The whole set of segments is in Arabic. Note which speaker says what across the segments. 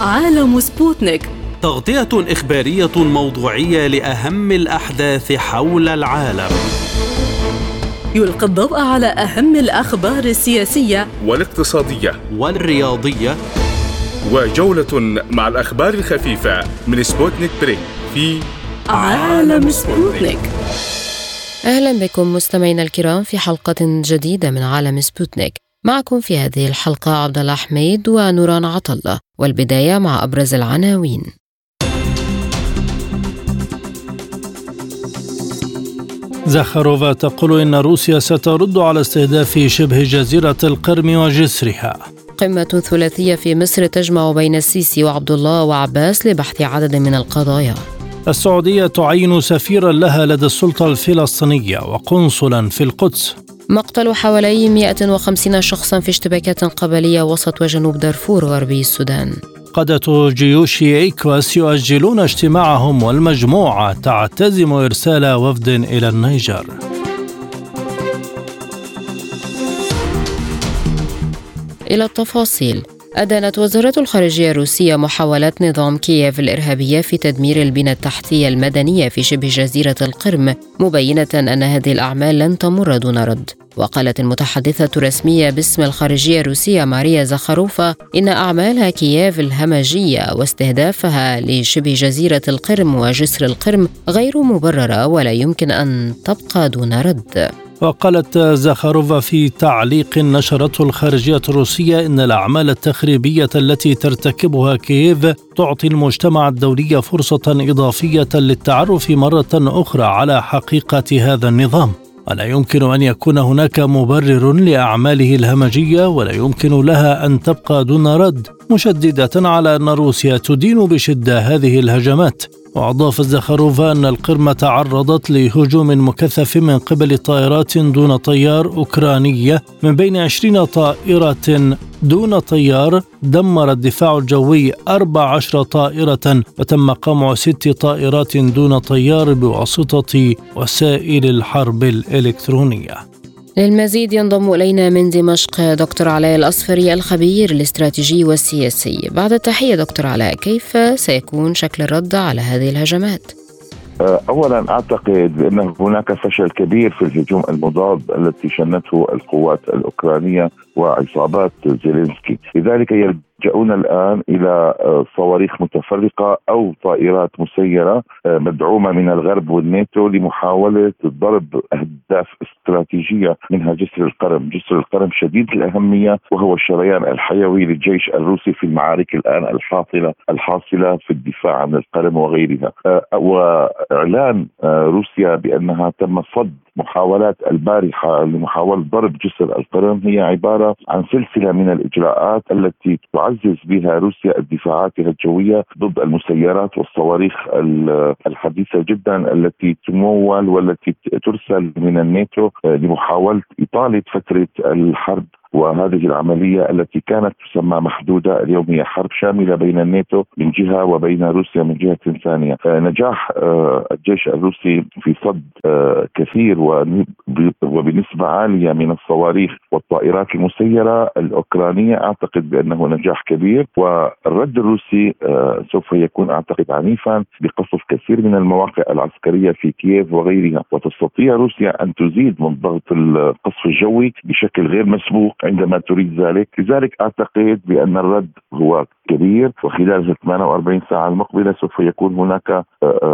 Speaker 1: عالم سبوتنيك،
Speaker 2: تغطية إخبارية موضوعية لأهم الأحداث حول العالم.
Speaker 1: يلقي الضوء على أهم الأخبار السياسية
Speaker 3: والاقتصادية
Speaker 2: والرياضية،
Speaker 3: وجولة مع الأخبار الخفيفة من سبوتنيك بريك في
Speaker 1: عالم سبوتنيك.
Speaker 4: أهلا بكم مستمعينا الكرام في حلقة جديدة من عالم سبوتنيك. معكم في هذه الحلقة عبد الله حميد ونوران عطلة، والبداية مع أبرز العناوين.
Speaker 5: زخاروفا تقول إن روسيا سترد على استهداف شبه جزيرة القرم وجسرها.
Speaker 4: قمة ثلاثية في مصر تجمع بين السيسي وعبد الله وعباس لبحث عدد من القضايا.
Speaker 5: السعودية تعين سفيرا لها لدى السلطة الفلسطينية وقنصلا في القدس.
Speaker 4: مقتل حوالي 150 شخصا في اشتباكات قبلية وسط وجنوب دارفور غربي السودان.
Speaker 5: قادة جيوش إيكواس يؤجلون اجتماعهم، والمجموعة تعتزم إرسال وفد إلى النيجر.
Speaker 4: إلى التفاصيل. أدانت وزارة الخارجية الروسية محاولات نظام كييف الإرهابية في تدمير البنى التحتية المدنية في شبه جزيرة القرم، مبينة أن هذه الأعمال لن تمر دون رد. وقالت المتحدثة الرسمية باسم الخارجية الروسية ماريا زخاروفا إن أعمال كييف الهمجية واستهدافها لشبه جزيرة القرم وجسر القرم غير مبررة ولا يمكن أن تبقى دون رد.
Speaker 5: وقالت زخاروفا في تعليق نشرته الخارجية الروسية إن الأعمال التخريبية التي ترتكبها كييف تعطي المجتمع الدولي فرصة إضافية للتعرف مرة أخرى على حقيقة هذا النظام، ولا يمكن أن يكون هناك مبرر لأعماله الهمجية ولا يمكن لها أن تبقى دون رد، مشددة على أن روسيا تدين بشدة هذه الهجمات. وأضافت زخاروفا أن القرم تعرضت لهجوم مكثف من قبل طائرات دون طيار أوكرانية، من بين 20 طائرة دون طيار دمر الدفاع الجوي 14 طائرة، وتم قمع 6 طائرات دون طيار بواسطة وسائل الحرب الإلكترونية.
Speaker 4: للمزيد ينضم إلينا من دمشق دكتور علاء الأصفري الخبير الاستراتيجي والسياسي. بعد التحية دكتور علاء، كيف سيكون شكل الرد على هذه الهجمات؟
Speaker 6: أولا أعتقد بأن هناك فشل كبير في الهجوم المضاد التي شنته القوات الأوكرانية وعصابات زيلينسكي، لذلك يلجؤون الآن إلى صواريخ متفرقة أو طائرات مسيرة مدعومة من الغرب والناتو لمحاولة ضرب أهداف استراتيجية منها جسر القرم. جسر القرم شديد الأهمية وهو الشريان الحيوي للجيش الروسي في المعارك الآن الحاصلة في الدفاع عن القرم وغيرها. وإعلان روسيا بأنها تم صد محاولات البارحة لمحاولة ضرب جسر القرم هي عبارة عن سلسلة من الإجراءات التي تعزز بها روسيا ادفاعاتها الجوية ضد المسيرات والصواريخ الحديثة جدا التي تمول والتي ترسل من الناتو لمحاولة إطالة فترة الحرب. وهذه العملية التي كانت تسمى محدودة اليوم هي حرب شاملة بين الناتو من جهة وبين روسيا من جهة ثانية. نجاح الجيش الروسي في صد كثير وبنسبة عالية من الصواريخ والطائرات المسيرة الأوكرانية أعتقد بأنه نجاح كبير، والرد الروسي سوف يكون أعتقد عنيفا بقصف كثير من المواقع العسكرية في كييف وغيرها، وتستطيع روسيا أن تزيد من ضغط القصف الجوي بشكل غير مسبوق عندما تريد ذلك. لذلك أعتقد بأن الرد هو كبير، وخلال 48 ساعة المقبلة سوف يكون هناك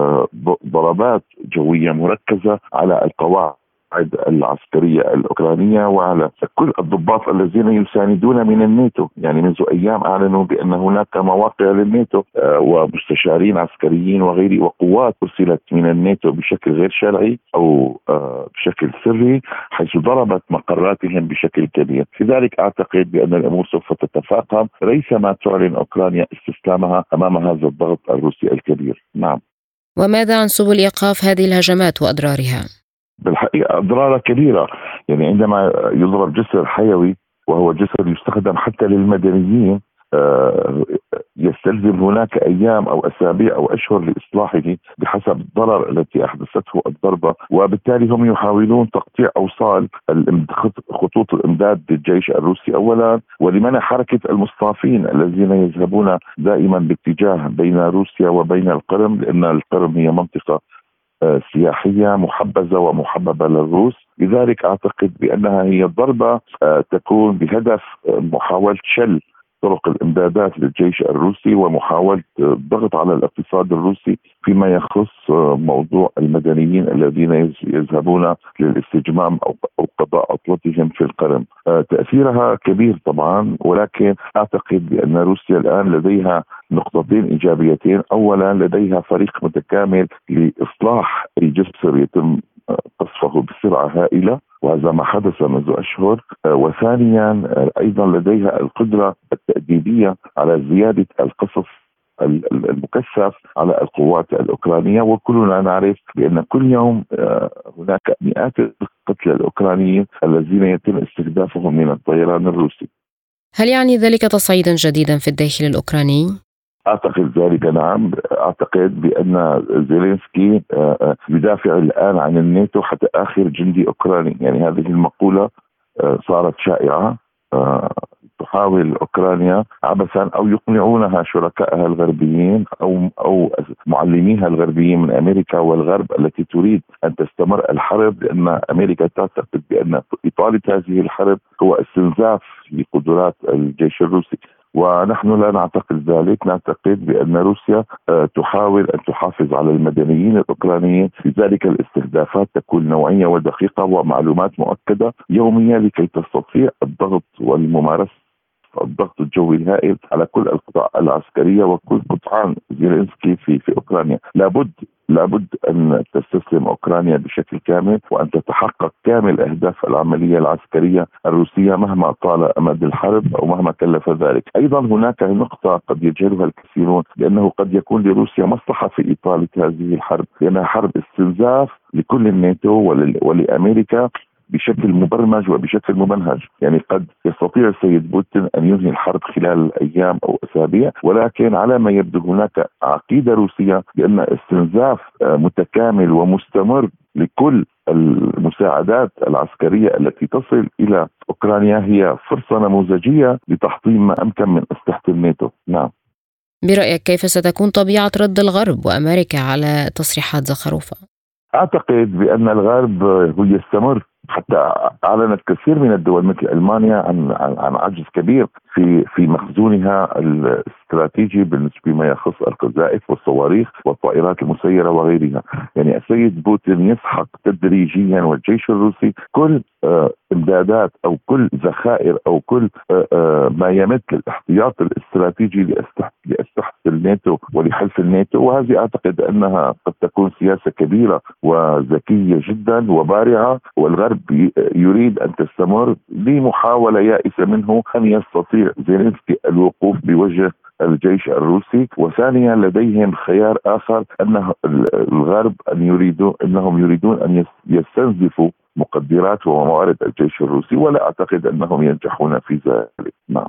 Speaker 6: ضربات جوية مركزة على القواعد العسكرية الأوكرانية وعلى كل الضباط الذين يساندون من الناتو. يعني منذ أيام أعلنوا بأن هناك مواقع للناتو ومستشارين عسكريين وغيره وقوات أرسلت من الناتو بشكل غير شرعي أو بشكل سري، حيث ضربت مقراتهم بشكل كبير. لذلك أعتقد بأن الأمور سوف تتفاقم ريثما تعلن أوكرانيا استسلامها أمام هذا الضغط الروسي الكبير. نعم.
Speaker 4: وماذا عن سبل إيقاف هذه الهجمات وأضرارها؟
Speaker 6: بالحقيقة أضرار كبيرة. يعني عندما يضرب جسر حيوي وهو جسر يستخدم حتى للمدنيين يستلزم هناك أيام أو أسابيع أو أشهر لإصلاحه بحسب الضرر التي أحدثته الضربة، وبالتالي هم يحاولون تقطيع أوصال خطوط الإمداد للجيش الروسي أولا، ولمنع حركة المصطافين الذين يذهبون دائما باتجاه بين روسيا وبين القرم، لأن القرم هي منطقة سياحية محبذة ومحببة للروس. لذلك أعتقد بأنها هي ضربة تكون بهدف محاولة شل طرق الإمدادات للجيش الروسي ومحاولة الضغط على الاقتصاد الروسي فيما يخص موضوع المدنيين الذين يذهبون للاستجمام أو قضاء عطلتهم في القرم. تأثيرها كبير طبعا، ولكن أعتقد بأن روسيا الآن لديها نقطتين إيجابيتين. أولا لديها فريق متكامل لإصلاح الجسر يتم قصفه بسرعة هائلة، وهذا ما حدث منذ أشهر. وثانيا أيضا لديها القدرة التأديبية على زيادة القصف المكثف على القوات الأوكرانية، وكلنا نعرف بأن كل يوم هناك مئات القتلى الأوكرانيين الذين يتم استهدافهم من الطيران الروسي.
Speaker 4: هل يعني ذلك تصعيدا جديدا في الداخل الأوكراني؟
Speaker 6: أعتقد ذلك نعم. أعتقد بأن زيلينسكي يدافع الآن عن الناتو حتى آخر جندي أوكراني، يعني هذه المقولة صارت شائعة. تحاول أوكرانيا عبثا أو يقنعونها شركائها الغربيين أو معلميها الغربيين من أمريكا والغرب التي تريد أن تستمر الحرب، لأن أمريكا تعتقد بأن إطالة هذه الحرب هو استنزاف لقدرات الجيش الروسي، ونحن لا نعتقد ذلك. نعتقد بأن روسيا تحاول أن تحافظ على المدنيين الأوكرانيين، لذلك الاستهدافات تكون نوعية ودقيقة ومعلومات مؤكدة يوميا لكي تستطيع الضغط والممارسة الضغط الجوي الهائل على كل القطاع العسكرية وكل قطعان زيلينسكي في أوكرانيا. لابد أن تستسلم أوكرانيا بشكل كامل وأن تتحقق كامل أهداف العملية العسكرية الروسية مهما طال أمد الحرب أو مهما كلف ذلك. أيضا هناك نقطة قد يجهلها الكثيرون، لأنه قد يكون لروسيا مصلحة في إطالة هذه الحرب، لأنها حرب استنزاف لكل الناتو ولأمريكا بشكل مبرمج وبشكل ممنهج. يعني قد يستطيع السيد بوتين أن ينهي الحرب خلال أيام أو أسابيع، ولكن على ما يبدو هناك عقيدة روسية بأن استنزاف متكامل ومستمر لكل المساعدات العسكرية التي تصل إلى أوكرانيا هي فرصة نموذجية لتحطيم ما أمكن من أسلحة الناتو. نعم.
Speaker 4: برأيك كيف ستكون طبيعة رد الغرب وأمريكا على تصريحات زخاروفا؟
Speaker 6: أعتقد بأن الغرب هو يستمر، حتى أعلنت كثير من الدول مثل ألمانيا عن عجز كبير في مخزونها الاستراتيجي بالنسبة ما يخص القذائف والصواريخ والطائرات المسيرة وغيرها. يعني السيد بوتين يسحق تدريجيا والجيش الروسي كل امدادات أو كل ذخائر أو كل ما يمت للاحتياط الاستراتيجي لأسلحة الناتو ولحلف الناتو، وهذه أعتقد أنها قد تكون سياسة كبيرة وذكية جدا وبارعة، والغرب يريد أن تستمر بمحاولة يائسة منه أن يستطيع زيلينسكي الوقوف بوجه الجيش الروسي. وثانيا لديهم خيار آخر، أن الغرب أنهم يريدون أن يستنزفوا مقدرات وموارد الجيش الروسي، ولا أعتقد أنهم ينجحون في ذلك. نعم.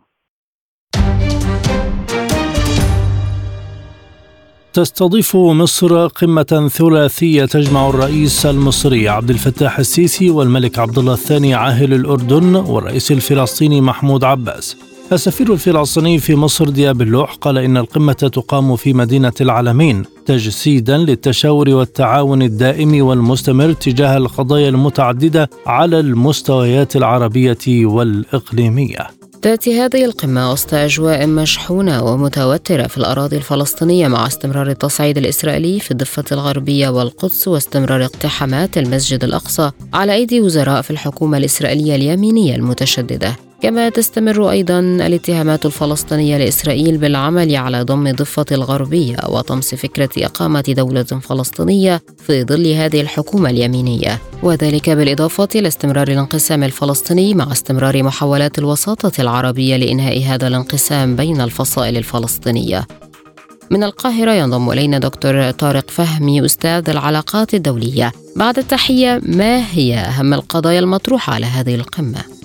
Speaker 5: تستضيف مصر قمة ثلاثية تجمع الرئيس المصري عبد الفتاح السيسي والملك عبد الله الثاني عاهل الأردن والرئيس الفلسطيني محمود عباس. السفير الفلسطيني في مصر دياب اللوح قال إن القمة تقام في مدينة العلمين تجسيدا للتشاور والتعاون الدائم والمستمر تجاه القضايا المتعددة على المستويات العربية والإقليمية.
Speaker 4: تأتي هذه القمة وسط أجواء مشحونة ومتوترة في الأراضي الفلسطينية مع استمرار التصعيد الإسرائيلي في الضفة الغربية والقدس واستمرار اقتحامات المسجد الأقصى على أيدي وزراء في الحكومة الإسرائيلية اليمينية المتشددة. كما تستمر أيضا الاتهامات الفلسطينية لإسرائيل بالعمل على ضم الضفة الغربية وطمس فكرة إقامة دولة فلسطينية في ظل هذه الحكومة اليمينية، وذلك بالإضافة إلى استمرار الانقسام الفلسطيني مع استمرار محاولات الوساطة العربية لإنهاء هذا الانقسام بين الفصائل الفلسطينية. من القاهرة ينضم إلينا دكتور طارق فهمي أستاذ العلاقات الدولية. بعد التحية، ما هي أهم القضايا المطروحة على هذه القمة؟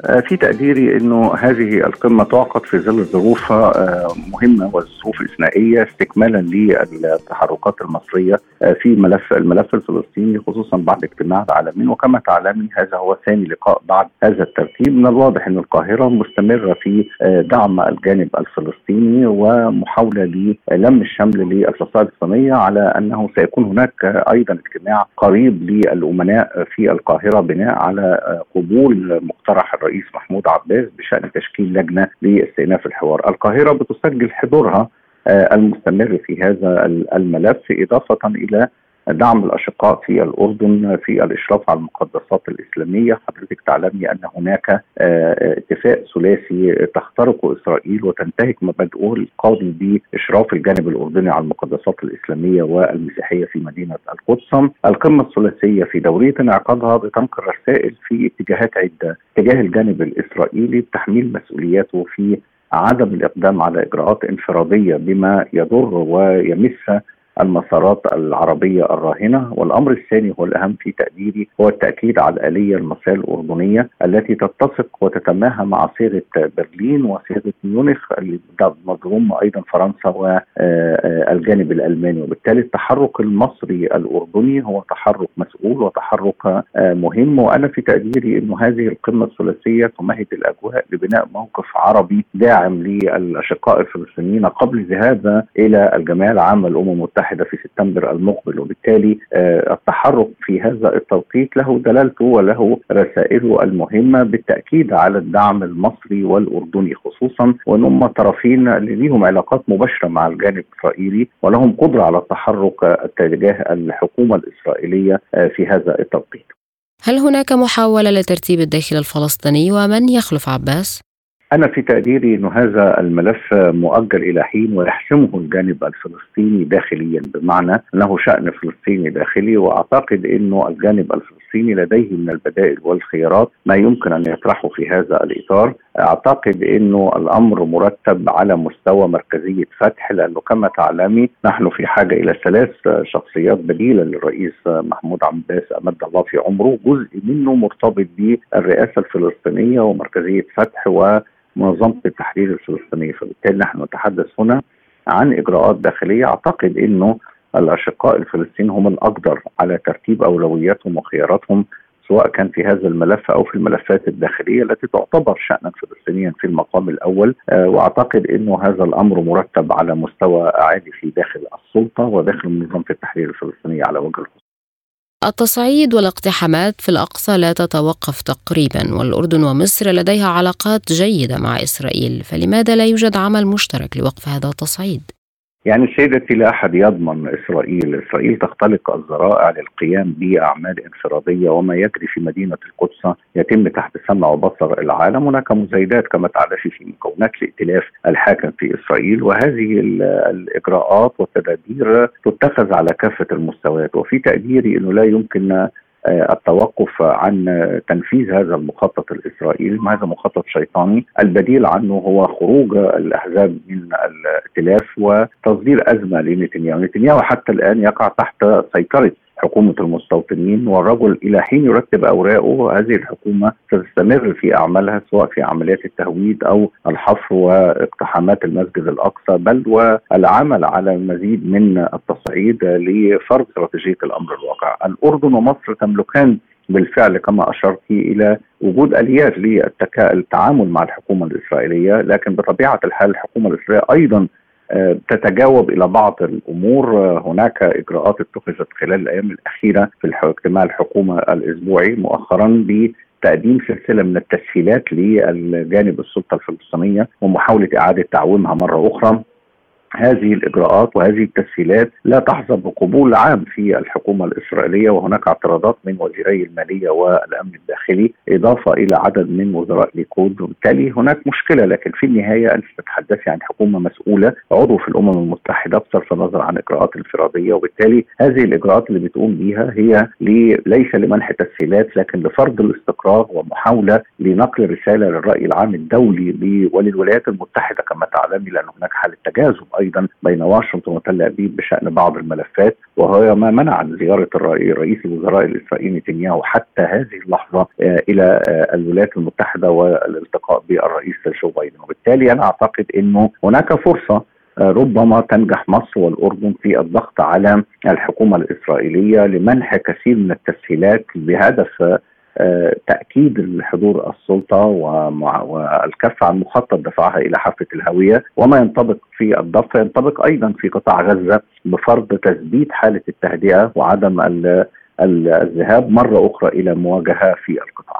Speaker 7: في تقديري أنه هذه القمة تعقد في ظل ظروف مهمة وظروف إثنائية استكمالا للتحركات المصرية في الملف الفلسطيني، خصوصا بعد اجتماع العالمين. وكما تعلمي هذا هو ثاني لقاء بعد هذا الترتيب. من الواضح أن القاهرة مستمرة في دعم الجانب الفلسطيني ومحاولة للم الشمل للفصائل الفلسطينية على أنه سيكون هناك أيضا اجتماع قريب للأمناء في القاهرة بناء على قبول مقترح الرئيس محمود عباس بشأن تشكيل لجنة لاستئناف الحوار. القاهرة بتسجل حضورها المستمر في هذا الملف، إضافة إلى دعم الأشقاء في الأردن في الإشراف على المقدسات الإسلامية. حضرتك تعلمي أن هناك اتفاق ثلاثي تخترق إسرائيل وتنتهك مبادئه القاضي بإشراف الجانب الأردني على المقدسات الإسلامية والمسيحية في مدينة القدس. القمة الثلاثية في دورية انعقادها بتنقل رسائل في اتجاهات عدة، اتجاه الجانب الإسرائيلي بتحميل مسؤولياته في عدم الإقدام على إجراءات انفرادية بما يضر ويمس المسارات العربية الراهنة. والأمر الثاني هو الأهم في تقديري هو التأكيد على الآلية المصرية الأردنية التي تتسق وتتماهى مع صيغة برلين وصيغة ميونخ اللي مضم أيضا فرنسا والجانب الألماني. وبالتالي التحرك المصري الأردني هو تحرك مسؤول وتحرك مهم. وأنا في تقديري أن هذه القمة الثلاثية تمهد الأجواء لبناء موقف عربي داعم للأشقاء الفلسطينيين قبل الذهاب إلى الجمعية العامة للأمم المتحدة في سبتمبر المقبل. وبالتالي التحرك في هذا التوقيت له دلالته وله رسائله المهمة بالتأكيد على الدعم المصري والأردني، خصوصا وأنهم طرفين لهم علاقات مباشرة مع الجانب الإسرائيلي ولهم قدرة على التحرك تجاه الحكومة الإسرائيلية في هذا التوقيت.
Speaker 4: هل هناك محاولة لترتيب الداخل الفلسطيني ومن يخلف عباس؟
Speaker 7: أنا في تقديري أن هذا الملف مؤجل إلى حين ويحسمه الجانب الفلسطيني داخليا، بمعنى أنه شأن فلسطيني داخلي. وأعتقد أنه الجانب الفلسطيني لديه من البدائل والخيارات ما يمكن أن يطرحه في هذا الإطار. أعتقد أنه الأمر مرتب على مستوى مركزية فتح، لأنه كما تعلمي نحن في حاجة إلى 3 شخصيات بديلة للرئيس محمود عباس أمد الله في عمره، جزء منه مرتبط بالرئاسة الفلسطينية ومركزية فتح ومنظمة التحرير الفلسطينية. فبالتالي نحن نتحدث هنا عن إجراءات داخلية. أعتقد أنه الأشقاء الفلسطينيين هم الأقدر على ترتيب أولوياتهم وخياراتهم، سواء كان في هذا الملف أو في الملفات الداخلية التي تعتبر شأنا فلسطينيا في المقام الأول. وأعتقد أنه هذا الأمر مرتب على مستوى عالي في داخل السلطة وداخل منظمة التحرير الفلسطينية على وجه الخصوص.
Speaker 4: التصعيد والاقتحامات في الأقصى لا تتوقف تقريبا، والأردن ومصر لديها علاقات جيدة مع إسرائيل، فلماذا لا يوجد عمل مشترك لوقف هذا التصعيد؟
Speaker 7: يعني سيدتي لا أحد يضمن إسرائيل تختلق الذرائع للقيام بأعمال انفرادية، وما يجري في مدينة القدس يتم تحت سمع وبصر العالم. هناك مزايدات كما تعرفي في مكونات الائتلاف الحاكم في إسرائيل، وهذه الإجراءات والتدابير تتخذ على كافة المستويات. وفي تقديري أنه لا يمكن التوقف عن تنفيذ هذا المخطط الإسرائيلي، هذا مخطط شيطاني. البديل عنه هو خروج الأحزاب من الائتلاف وتصدير أزمة لنتنياهو. نتنياهو حتى الآن يقع تحت سيطرة حكومة المستوطنين، والرجل إلى حين يرتب أوراقه هذه الحكومة ستستمر في أعمالها، سواء في عمليات التهويد أو الحفر واقتحامات المسجد الأقصى، بل والعمل على المزيد من التصعيد لفرض استراتيجية الأمر الواقع. الأردن ومصر تملكان بالفعل كما أشرت إلى وجود آليات للتعامل مع الحكومة الإسرائيلية، لكن بطبيعة الحال الحكومة الإسرائيلية أيضا تتجاوب إلى بعض الأمور. هناك إجراءات اتخذت خلال الأيام الأخيرة في اجتماع الحكومة الأسبوعي مؤخرا بتقديم سلسلة من التسهيلات للجانب السلطة الفلسطينية ومحاولة إعادة تعويمها مرة أخرى. هذه الإجراءات وهذه التسهيلات لا تحظى بقبول عام في الحكومة الإسرائيلية، وهناك اعتراضات من وزيري المالية والأمن الداخلي إضافة إلى عدد من وزراء ليكود. وبالتالي هناك مشكلة، لكن في النهاية أنت تتحدثي عن حكومة مسؤولة عضو في الأمم المتحدة بصرف النظر عن إجراءات انفرادية. وبالتالي هذه الإجراءات اللي بتقوم بها هي ليس لمنح تسهيلات، لكن لفرض الاستقرار ومحاولة لنقل رسالة للرأي العام الدولي وللولايات المتحدة كما تعلمي، لأن هناك حالة تجاذب أيضا بين واشنطن وتل أبيب بشأن بعض الملفات، وهو ما منع زيارة رئيس الوزراء الإسرائيلي نتنياهو حتى هذه اللحظة إلى الولايات المتحدة والالتقاء بالرئيس جو بايدن. وبالتالي أنا أعتقد أنه هناك فرصة ربما تنجح مصر والأردن في الضغط على الحكومة الإسرائيلية لمنح كثير من التسهيلات بهدف تأكيد الحضور السلطة والكف عن مخطط دفعها إلى حافة الهوية. وما ينطبق في الضفة ينطبق أيضا في قطاع غزة بفرض تثبيت حالة التهدئة وعدم الذهاب مرة أخرى إلى مواجهة في القطاع.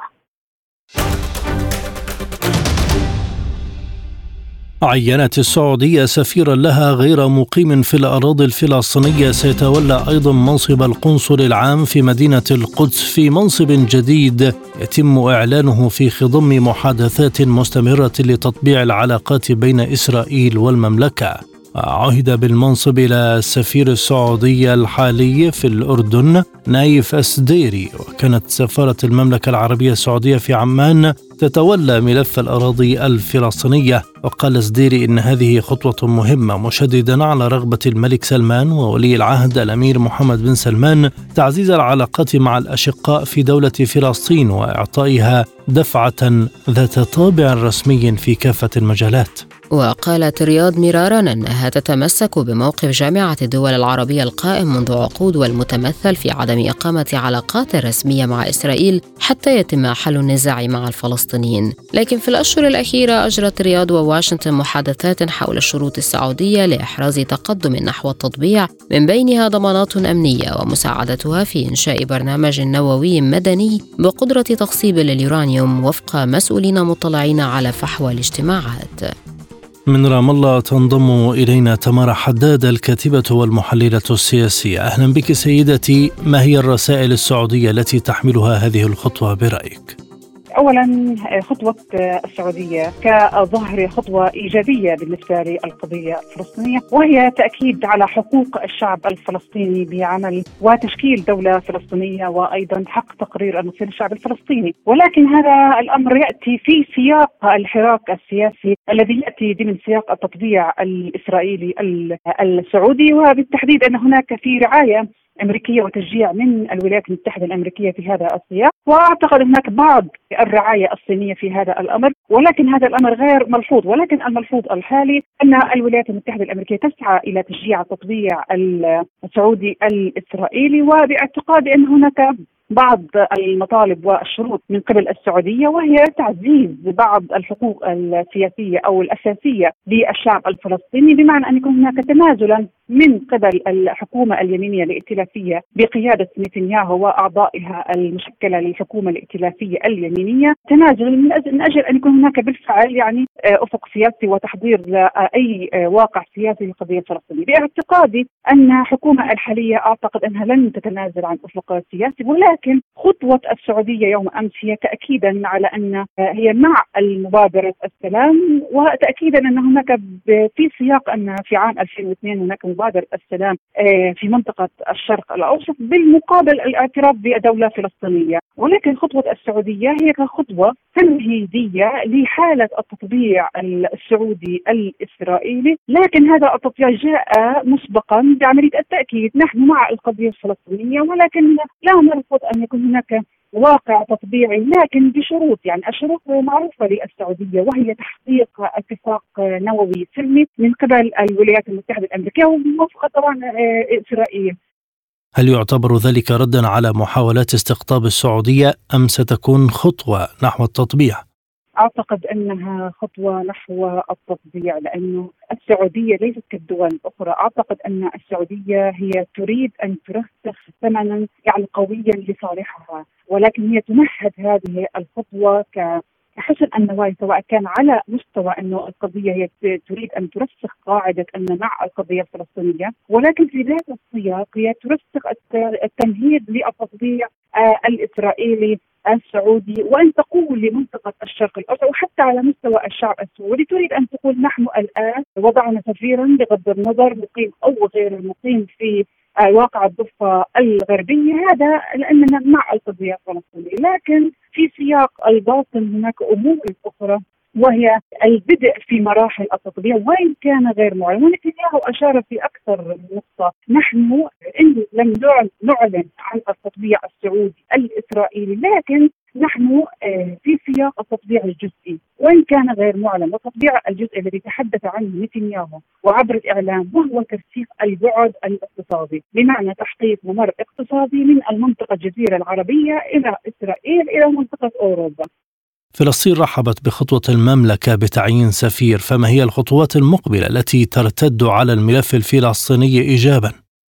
Speaker 5: عينت السعودية سفيرا لها غير مقيم في الأراضي الفلسطينية سيتولى أيضا منصب القنصل العام في مدينة القدس في منصب جديد يتم إعلانه في خضم محادثات مستمرة لتطبيع العلاقات بين إسرائيل والمملكة. عهد بالمنصب إلى السفير السعودي الحالي في الأردن نايف السديري، وكانت سفارة المملكة العربية السعودية في عمان تتولى ملف الأراضي الفلسطينية. وقال السديري إن هذه خطوة مهمة، مشددا على رغبة الملك سلمان وولي العهد الأمير محمد بن سلمان تعزيز العلاقات مع الأشقاء في دولة فلسطين وإعطائها دفعة ذات طابع رسمي في كافة المجالات.
Speaker 4: وقالت رياض مرارا أنها تتمسك بموقف جامعة الدول العربية القائم منذ عقود والمتمثل في عدم إقامة علاقات رسمية مع إسرائيل حتى يتم حل النزاع مع الفلسطينيين. لكن في الأشهر الأخيرة أجرت رياض وواشنطن محادثات حول الشروط السعودية لإحراز تقدم نحو التطبيع، من بينها ضمانات أمنية ومساعدتها في إنشاء برنامج نووي مدني بقدرة تخصيب اليورانيوم وفق مسؤولين مطلعين على فحوى الاجتماعات.
Speaker 5: من رام الله تنضم إلينا تمارا حداد الكاتبة والمحللة السياسية. أهلا بك سيدتي. ما هي الرسائل السعودية التي تحملها هذه الخطوة برأيك؟
Speaker 8: أولا خطوة السعودية كظاهرة خطوة إيجابية بالنسبة للقضية الفلسطينية، وهي تأكيد على حقوق الشعب الفلسطيني بعمل وتشكيل دولة فلسطينية وأيضا حق تقرير المصير الشعب الفلسطيني. ولكن هذا الأمر يأتي في سياق الحراك السياسي الذي يأتي ضمن سياق التطبيع الإسرائيلي السعودي، وبالتحديد أن هناك في رعاية أمريكية وتشجيع من الولايات المتحدة الأمريكية في هذا السياق، وأعتقد هناك بعض الرعاية الصينية في هذا الأمر، ولكن هذا الأمر غير ملحوظ. ولكن الملحوظ الحالي أن الولايات المتحدة الأمريكية تسعى إلى تشجيع التطبيع السعودي الإسرائيلي، وباعتقادي أن هناك بعض المطالب والشروط من قبل السعودية، وهي تعزيز بعض الحقوق السياسية أو الأساسية للشعب الفلسطيني، بمعنى أن يكون هناك تنازلا من قبل الحكومة اليمينية الائتلافية بقيادة نتنياهو وأعضائها المشكلة للحكومة الائتلافية اليمينية، تنازل من أجل أن يكون هناك بالفعل يعني أفق سياسي وتحضير لأي واقع سياسي للقضية الفلسطينية. باعتقادي أن الحكومة الحالية أعتقد أنها لن تتنازل عن أفق سياسي، ولكن خطوة السعودية يوم أمس هي تأكيدا على أن هي مع المبادرة السلام، وتأكيدا أن هناك في سياق أن في عام 2002 هناك مبادرة السلام في منطقة الشرق الأوسط بالمقابل الاعتراف بدولة فلسطينية. ولكن خطوة السعودية هي كخطوة تمهيدية لحالة التطبيع السعودي الإسرائيلي، لكن هذا التطبيع جاء مسبقا بعملية التأكيد نحن مع القضية الفلسطينية، ولكن لا نرفض أن يكون هناك واقع تطبيعي لكن بشروط، يعني الشروط معروفة للسعودية، وهي تحقيق اتفاق نووي سلمي من قبل الولايات المتحدة الأمريكية وموافقة طبعا إسرائيل.
Speaker 5: هل يعتبر ذلك ردا على محاولات استقطاب السعودية أم ستكون خطوة نحو التطبيع؟
Speaker 8: أعتقد أنها خطوة نحو التطبيع، لأنه السعودية ليست كالدول الأخرى. أعتقد أن السعودية هي تريد أن ترسخ ثمنا يعني قويا لصالحها، ولكن هي تمهد هذه الخطوة كحسن النوايا، سواء كان على مستوى أنه القضية هي تريد أن ترسخ قاعدة أن مع القضية الفلسطينية، ولكن في ذات السياق هي ترسخ التمهيد للتطبيع الإسرائيلي السعودي، وأن تقول لمنطقة الشرق الأوسط وحتى على مستوى الشعب السعودي تريد أن تقول نحن الآن وضعنا سفيرا بغض النظر مقيم أو غير المقيم في واقع الضفة الغربية، هذا لأننا مع القضية الفلسطينية. لكن في سياق الباطن هناك أمور أخرى وهي البدء في مراحل التطبيع وإن كان غير معلن. ونتنياهو أشار في أكثر من نقطة: نحن إن لم نعلن عن التطبيع السعودي الإسرائيلي، لكن نحن في سياق التطبيع الجزئي وإن كان غير معلن. والتطبيع الجزئي الذي تحدث عنه نتنياهو وعبر الإعلام وهو ترسيخ البعد الاقتصادي، بمعنى تحقيق ممر اقتصادي من المنطقة الجزيرة العربية إلى إسرائيل إلى منطقة أوروبا.
Speaker 5: فلسطين رحبت بخطوة المملكة بتعيين سفير، فما هي الخطوات المقبلة التي ترتد على الملف الفلسطيني إيجابا؟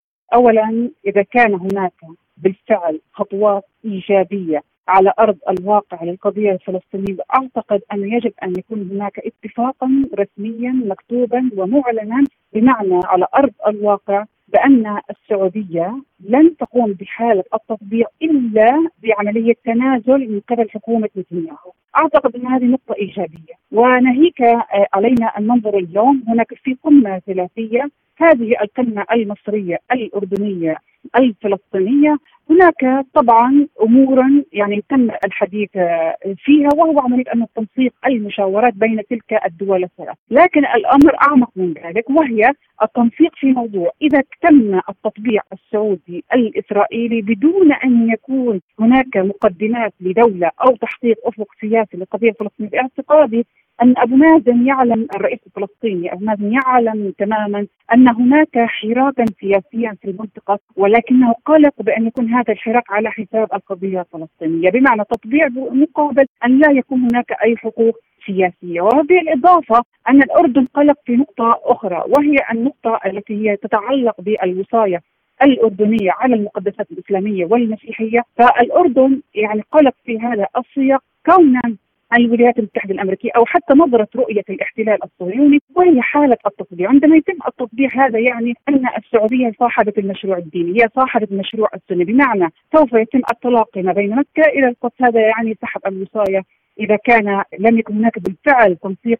Speaker 8: أولا، إذا كان هناك بالفعل خطوات إيجابية على أرض الواقع للقضية الفلسطينية، أعتقد أن يجب أن يكون هناك اتفاقا رسميا مكتوبا ومعلنا، بمعنى على أرض الواقع بأن السعودية لن تقوم بحالة التطبيع إلا بعملية تنازل من قبل حكومة نتنياهو. أعتقد أن هذه نقطة إيجابية، وناهيك علينا أن ننظر اليوم هناك في قمة ثلاثية، هذه القمة المصرية الأردنية الفلسطينية. هناك طبعا أمورا يعني تم الحديث فيها، وهو عملية أن التنسيق المشاورات بين تلك الدول الثلاث، لكن الأمر أعمق من ذلك، وهي التنسيق في موضوع إذا تم التطبيع السعودي الإسرائيلي بدون أن يكون هناك مقدمات لدولة أو تحقيق أفق سياسي للقضية الفلسطينية. باعتقادي أن أبو مازن يعلم، الرئيس الفلسطيني أبو مازن يعلم تماما أن هناك حراكا سياسيا في المنطقة، ولكنه قلق بأن يكون هذا الحراك على حساب القضية الفلسطينية، بمعنى تطبيع مقابل أن لا يكون هناك أي حقوق سياسية. وبالإضافة أن الأردن قلق في نقطة أخرى، وهي النقطة التي هي تتعلق بالوصاية الأردنية على المقدسات الإسلامية والمسيحية. فالأردن يعني قلق في هذا السياق، كونا الولايات المتحدة الأمريكية أو حتى نظرة رؤية الاحتلال الصهيوني وهي حالة التطبيع. عندما يتم التطبيع هذا يعني أن السعودية صاحبة المشروع الديني، هي صاحبة المشروع السني، بمعنى سوف يتم التلاقي ما بين مكة إلى القدس. هذا يعني سحب الوصاية إذا كان لم يكن هناك بالفعل تنسيق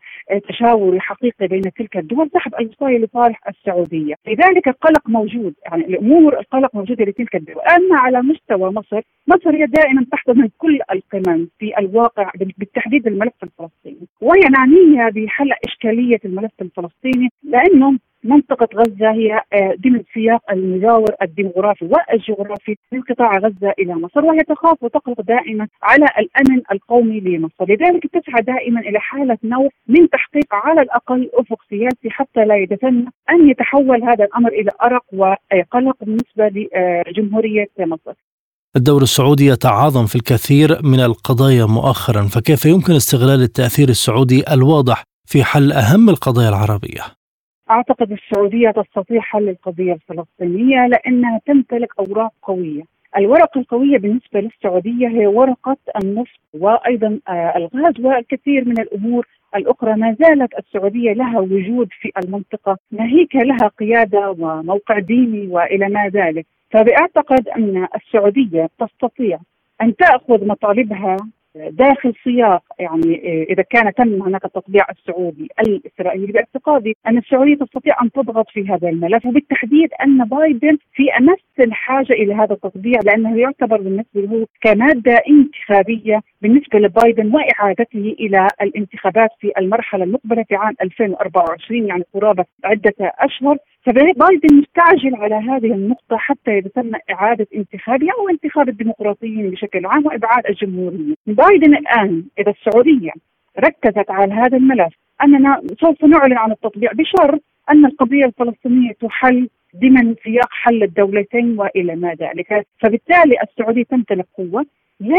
Speaker 8: تشاوري حقيقي بين تلك الدول، سحب الوصاية لصالح السعودية. لذلك القلق موجود، يعني الأمور القلق موجودة لتلك الدول. أما على مستوى مصر هي دائما تحتضن كل القمم في الواقع، بالتحديد الملف الفلسطيني، وهي معنية بحل إشكالية الملف الفلسطيني، لأنه منطقة غزة هي ضمن سياق المجاور الديموغرافي والجغرافي من قطاع غزة إلى مصر، وهي تخاف وتقلق دائما على الأمن القومي لمصر. لذلك تسعى دائما إلى حالة نوع من تحقيق على الأقل أفق سياسي حتى لا يتسنى أن يتحول هذا الأمر إلى أرق وقلق بالنسبة لجمهورية مصر.
Speaker 5: الدور السعودي يتعاظم في الكثير من القضايا مؤخرا، فكيف يمكن استغلال التأثير السعودي الواضح في حل أهم القضايا العربية؟
Speaker 8: أعتقد السعودية تستطيع حل القضية الفلسطينية لأنها تمتلك أوراق قوية. الورقة القوية بالنسبة للسعودية هي ورقة النفط وأيضا الغاز والكثير من الأمور الأخرى. ما زالت السعودية لها وجود في المنطقة، ناهيك لها قيادة وموقع ديني وإلى ما ذلك. فبأعتقد أن السعودية تستطيع أن تأخذ مطالبها داخل سياق، يعني إذا كان تم هناك التطبيع السعودي الإسرائيلي، باعتقادي أن السعودية تستطيع أن تضغط في هذا الملف، وبالتحديد أن بايدن في أمس الحاجة إلى هذا التطبيع، لأنه يعتبر بالنسبة له كمادة انتخابية بالنسبة لبايدن وإعادته إلى الانتخابات في المرحلة المقبلة في عام 2024، يعني قرابة عدة أشهر. فبايدن مستعجل على هذه النقطة حتى يتم إعادة انتخابها أو انتخاب الديمقراطيين بشكل عام وإبعاد الجمهوريين. بايدن الآن إذا السعودية ركزت على هذا الملف أننا سوف نعلن عن التطبيع بشرط أن القضية الفلسطينية تحل ضمن سياق حل الدولتين وإلى ما ذلك، فبالتالي السعودية تمتلك قوة.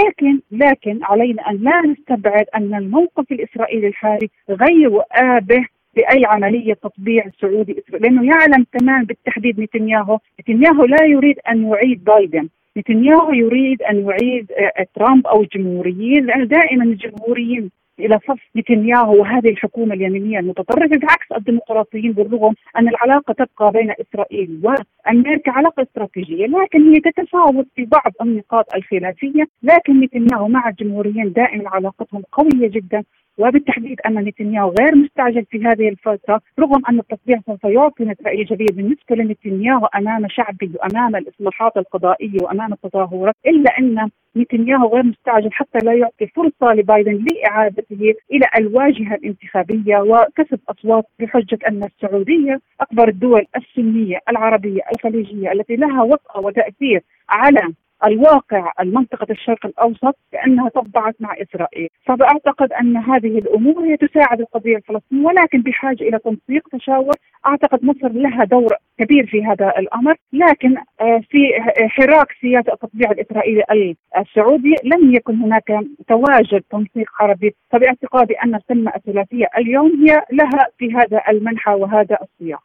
Speaker 8: لكن علينا أن لا نستبعد أن الموقف الإسرائيلي الحالي غير آبه بأي عملية تطبيع سعودي إسرائيلي، لأنه يعلم تمام بالتحديد نتنياهو لا يريد أن يعيد بايدن، نتنياهو يريد أن يعيد ترامب أو الجمهوريين، لأن دائما الجمهوريين إلى صف نتنياهو وهذه الحكومة اليمينية المتطرفة، بعكس الديمقراطيين، بالرغم أن العلاقة تبقى بين إسرائيل وأمريكا علاقة استراتيجية، لكن هي تتفاوت في بعض النقاط الخلافية. لكن نتنياهو مع الجمهوريين دائما علاقتهم قوية جدا، وبالتحديد أن نتنياهو غير مستعجل في هذه الفترة، رغم أن التطبيع سوف يعطي نتائج إيجابية بالنسبة لنتنياهو أمام شعبه وأمام الإصلاحات القضائية وأمام التظاهرات، إلا أن نتنياهو غير مستعجل حتى لا يعطي فرصة لبايدن لإعادته إلى الواجهة الانتخابية وكسب أصوات بحجة أن السعودية أكبر الدول السنية العربية الخليجية التي لها وطأة وتأثير على الواقع المنطقة الشرق الأوسط كأنها طبعت مع إسرائيل. فأعتقد أن هذه الأمور هي تساعد القضية الفلسطينية، ولكن بحاجة إلى تنسيق تشاور. أعتقد مصر لها دور كبير في هذا الأمر، لكن في حراك سياسة التطبيع الإسرائيلي السعودي لم يكن هناك تواجد تنسيق عربي. فباعتقادي أن القمة الثلاثية اليوم هي لها في هذا المنحى وهذا السياق.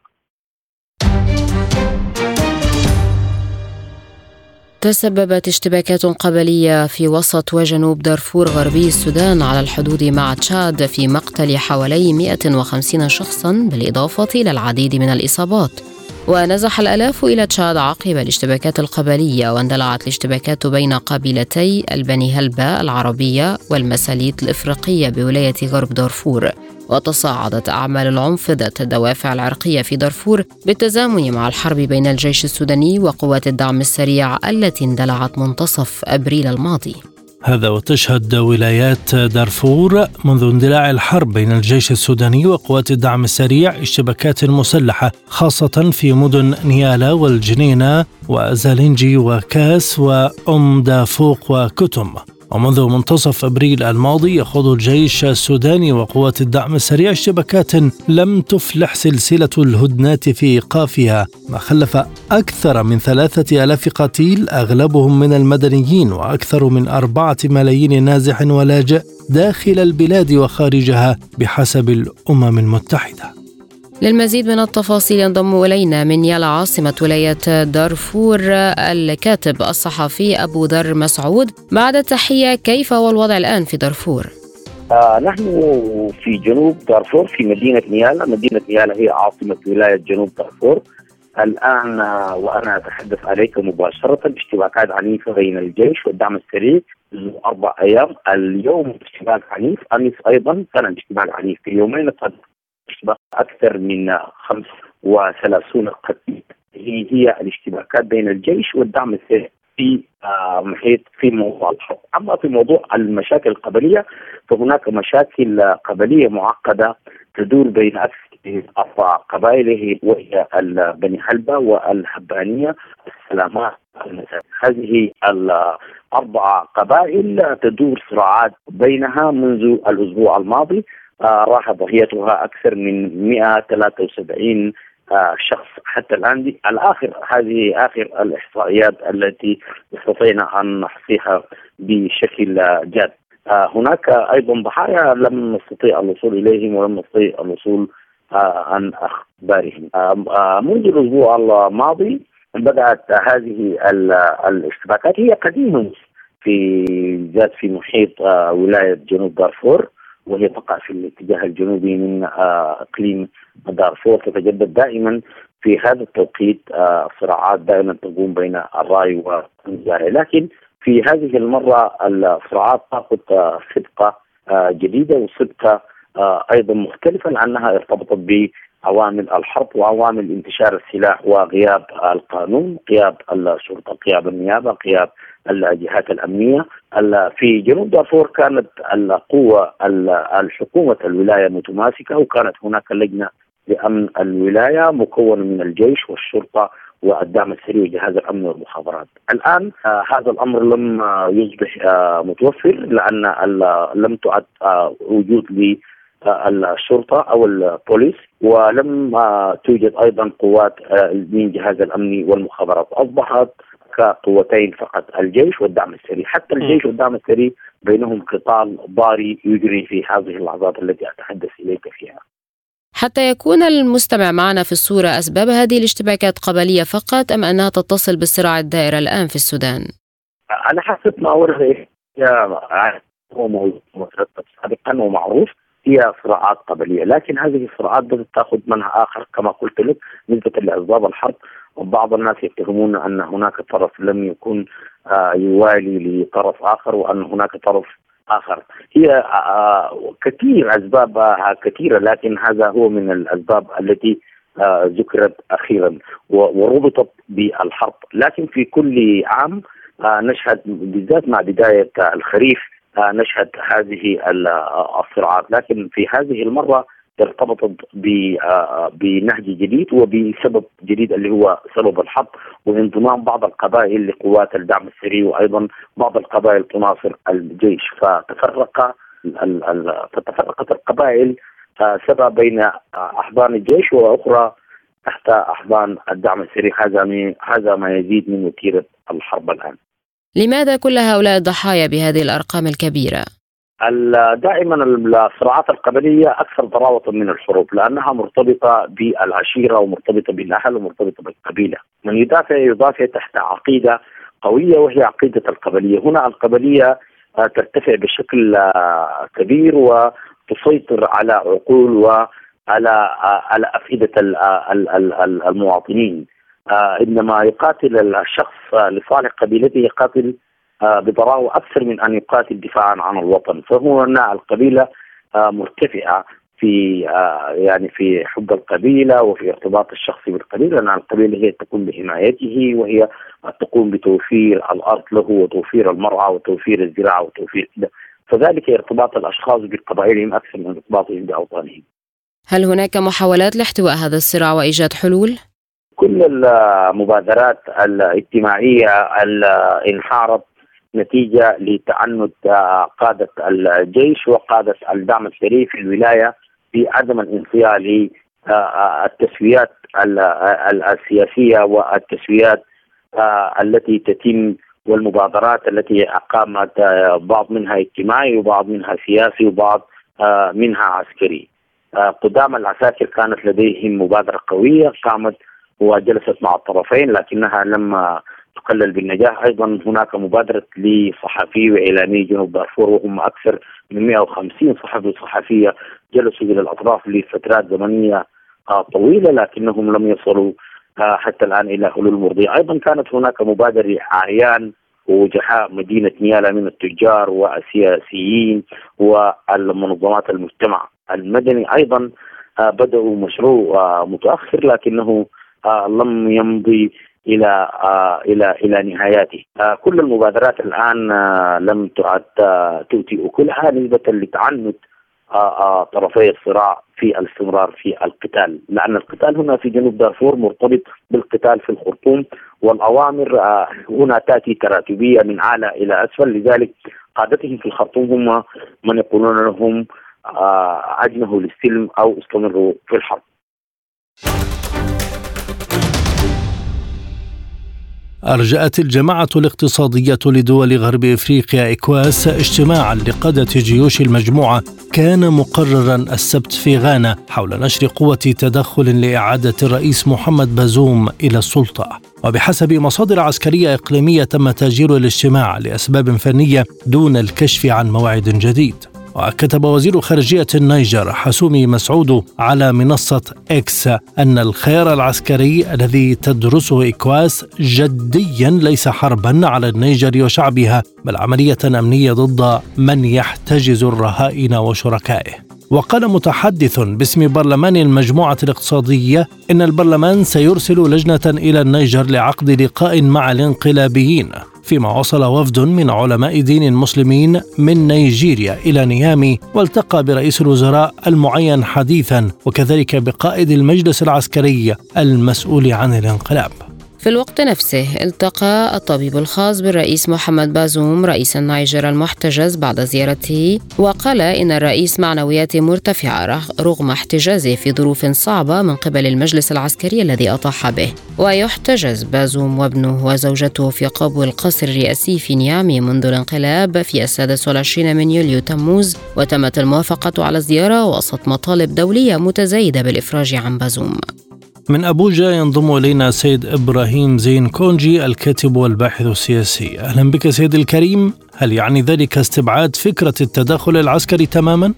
Speaker 4: تسببت اشتباكات قبلية في وسط وجنوب دارفور غربي السودان على الحدود مع تشاد في مقتل حوالي 150 شخصا بالإضافة إلى العديد من الإصابات. ونزح الآلاف إلى تشاد عقب الاشتباكات القبلية، واندلعت الاشتباكات بين قبيلتي البني هلبة العربية والمساليت الإفريقية بولاية غرب دارفور. وتصاعدت أعمال العنف ذات الدوافع العرقية في دارفور بالتزامن مع الحرب بين الجيش السوداني وقوات الدعم السريع التي اندلعت منتصف أبريل الماضي.
Speaker 5: هذا وتشهد ولايات دارفور منذ اندلاع الحرب بين الجيش السوداني وقوات الدعم السريع اشتباكات مسلحة، خاصة في مدن نيالا والجنينة وزالنجي وكاس وأم دافوق وكتم. ومنذ منتصف أبريل الماضي يخوض الجيش السوداني وقوات الدعم السريع اشتباكات لم تفلح سلسلة الهدنات في إيقافها، ما خلف أكثر من 3000 قتيل أغلبهم من المدنيين وأكثر من 4 ملايين نازح ولاجئ داخل البلاد وخارجها بحسب الأمم المتحدة.
Speaker 4: للمزيد من التفاصيل ينضم إلينا من يالا عاصمة ولاية دارفور الكاتب الصحفي أبو ذر مسعود. بعد التحية، كيف هو الوضع الآن في دارفور؟
Speaker 9: نحن في جنوب دارفور في مدينة نيالا. مدينة نيالا هي عاصمة ولاية جنوب دارفور. الآن وأنا أتحدث عليك مباشرة اشتباكات عنيفة بين الجيش والدعم السريع 4 أيام. اليوم اشتباك عنيف، أمس أيضا كان اشتباك عنيف. في يومين قد أكثر من 35 قتيل. هي الاشتباكات بين الجيش والدعم السريع في محيط في موضوع الحرب. أما في موضوع المشاكل القبلية فهناك مشاكل قبلية معقدة تدور بين أكثر 4 قبائل، وهي بني حلبة والحبانية السلامات. هذه 4 قبائل تدور صراعات بينها منذ الأسبوع الماضي. راح ضحيتها أكثر من 173 شخص حتى الآن. هذه آخر الإحصائيات التي استطعنا أن نحصيها بشكل جاد. هناك أيضا ضحايا لم نستطيع الوصول إليهم ولم نستطيع الوصول عن أخبارهم. منذ الأسبوع الماضي بدأت هذه الاشتباكات. هي قديمة في محيط ولاية جنوب دارفور، وهي تقع في الاتجاه الجنوبي من إقليم دارفور. تتجدد دائما في هذا التوقيت صراعات دائما تقوم بين الرأي والنزاع، لكن في هذه المرة الصراعات تأخذ صبغة جديدة وصبغة أيضا مختلفة، لأنها ارتبطت بعوامل الحرب وعوامل انتشار السلاح وغياب القانون، غياب الشرطة، غياب النيابة، غياب الجهات الأمنية. في جنوب دارفور كانت القوة الحكومة الولاية متماسكة، وكانت هناك لجنة لأمن الولاية مكونة من الجيش والشرطة والدعم السريع وجهاز الأمن والمخابرات. الآن هذا الأمر لم يصبح متوفر، لأن لم تعد وجود للشرطة أو البوليس، ولم توجد أيضا قوات من جهاز الأمن والمخابرات. أصبحت كقوتين فقط، الجيش والدعم السريع. حتى الجيش والدعم السريع بينهم قتال ضاري يجري في هذه اللحظات التي أتحدث إليك فيها.
Speaker 4: حتى يكون المستمع معنا في الصورة، أسباب هذه الاشتباكات قبلية فقط أم أنها تتصل بالصراع الدائر الآن في السودان؟
Speaker 9: على حسب ما ورد هو موجود سابقا ومعروف، هي صراعات قبلية، لكن هذه الصراعات بدأت تأخذ منها آخر كما قلت لك نسبة لأسباب الحرب. وبعض الناس يتهمون أن هناك طرف لم يكن يوالي لطرف آخر وأن هناك طرف آخر. هي كثير أسبابها كثيرة، لكن هذا هو من الأسباب التي ذكرت أخيرا وربطت بالحرب. لكن في كل عام نشهد بالذات مع بداية الخريف نشهد هذه الصراعات، لكن في هذه المرة ارتبطت بنهج جديد وبسبب جديد اللي هو سبب الحرب وانضمام بعض القبائل لقوات الدعم السري، وأيضا بعض القبائل تناصر الجيش، فتفرقت القبائل سبا بين أحضان الجيش وأخرى تحت أحضان الدعم السري. هذا ما يزيد من وتيرة الحرب الآن.
Speaker 4: لماذا كل هؤلاء الضحايا بهذه الأرقام الكبيرة؟
Speaker 9: دائما الصراعات القبلية أكثر ضراوة من الحروب، لأنها مرتبطة بالعشيرة ومرتبطة بالأهل ومرتبطة بالقبيلة. من يدافع تحت عقيدة قوية وهي عقيدة القبلية. هنا القبلية ترتفع بشكل كبير وتسيطر على عقول وعلى أفئدة المواطنين. إنما يقاتل الشخص لصالح قبيلته يقاتل بضراوة أكثر من أن يقاتل دفاعا عن الوطن. فهنا القبيلة مرتفعة في حب القبيلة وفي ارتباط الشخص بالقبيلة، لأن القبيلة هي تقوم بحمايته وهي تقوم بتوفير الأرض له وتوفير المرعى وتوفير الزراعة وتوفير فذلك ارتباط الأشخاص بقبائلهم أكثر من ارتباطهم بأوطانهم.
Speaker 4: هل هناك محاولات لاحتواء هذا الصراع وإيجاد حلول؟
Speaker 9: كل المبادرات الاجتماعية انحارت نتيجة لتعنت قادة الجيش وقادة الدعم السري في الولاية بعدم الانصياع للتسويات السياسية والتسويات التي تتم والمبادرات التي أقامت بعض منها اجتماعي وبعض منها سياسي وبعض منها عسكري. قدام العساكر كانت لديهم مبادرة قوية قامت وجلست مع الطرفين لكنها لم تقلل بالنجاح. أيضا هناك مبادرة لصحفي وإعلامي جنوب دارفور وهم أكثر من 150 صحفي وصحفية جلسوا إلى الأطراف لفترات زمنية طويلة لكنهم لم يصلوا حتى الآن إلى حلول مرضية. أيضا كانت هناك مبادرة أعيان ووجهاء مدينة نيالا من التجار والسياسيين والمنظمات المجتمع المدني أيضا بدأوا مشروع متأخر لكنه لم يمضي إلى نهاياته. كل المبادرات الآن لم تعد تؤتي أكلها نسبة لتعنت طرفي الصراع في الاستمرار في القتال، لأن القتال هنا في جنوب دارفور مرتبط بالقتال في الخرطوم، والأوامر هنا تأتي تراتبية من أعلى إلى أسفل. لذلك قادتهم في الخرطوم هم من يقولون لهم أجنحوا للسلم أو استمروا في الحرب.
Speaker 5: أرجأت الجماعة الاقتصادية لدول غرب إفريقيا إيكواس اجتماعا لقادة جيوش المجموعة كان مقررا السبت في غانا حول نشر قوة تدخل لإعادة الرئيس محمد بازوم إلى السلطة. وبحسب مصادر عسكرية إقليمية تم تأجيل الاجتماع لأسباب فنية دون الكشف عن موعد جديد. وكتب وزير خارجية النيجر حسومي مسعود على منصة إكس أن الخيار العسكري الذي تدرسه إيكواس جديا ليس حربا على النيجر وشعبها بل عملية أمنية ضد من يحتجز الرهائن وشركائه. وقال متحدث باسم برلمان المجموعة الاقتصادية إن البرلمان سيرسل لجنة إلى النيجر لعقد لقاء مع الانقلابيين، فيما وصل وفد من علماء دين مسلمين من نيجيريا إلى نيامي والتقى برئيس الوزراء المعين حديثا وكذلك بقائد المجلس العسكري المسؤول عن الانقلاب.
Speaker 4: في الوقت نفسه التقى الطبيب الخاص بالرئيس محمد بازوم رئيس النيجر المحتجز بعد زيارته، وقال إن الرئيس معنوياته مرتفعة رغم احتجازه في ظروف صعبة من قبل المجلس العسكري الذي أطاح به. ويحتجز بازوم وابنه وزوجته في قبو القصر الرئاسي في نيامي منذ الانقلاب في 26 من يوليو تموز، وتمت الموافقة على الزيارة وسط مطالب دولية متزايدة بالإفراج عن بازوم.
Speaker 5: من أبوجا ينضم إلينا سيد إبراهيم زين كونجي الكاتب والباحث السياسي. أهلا بك سيد الكريم. هل يعني ذلك استبعاد فكرة التدخل العسكري تماما؟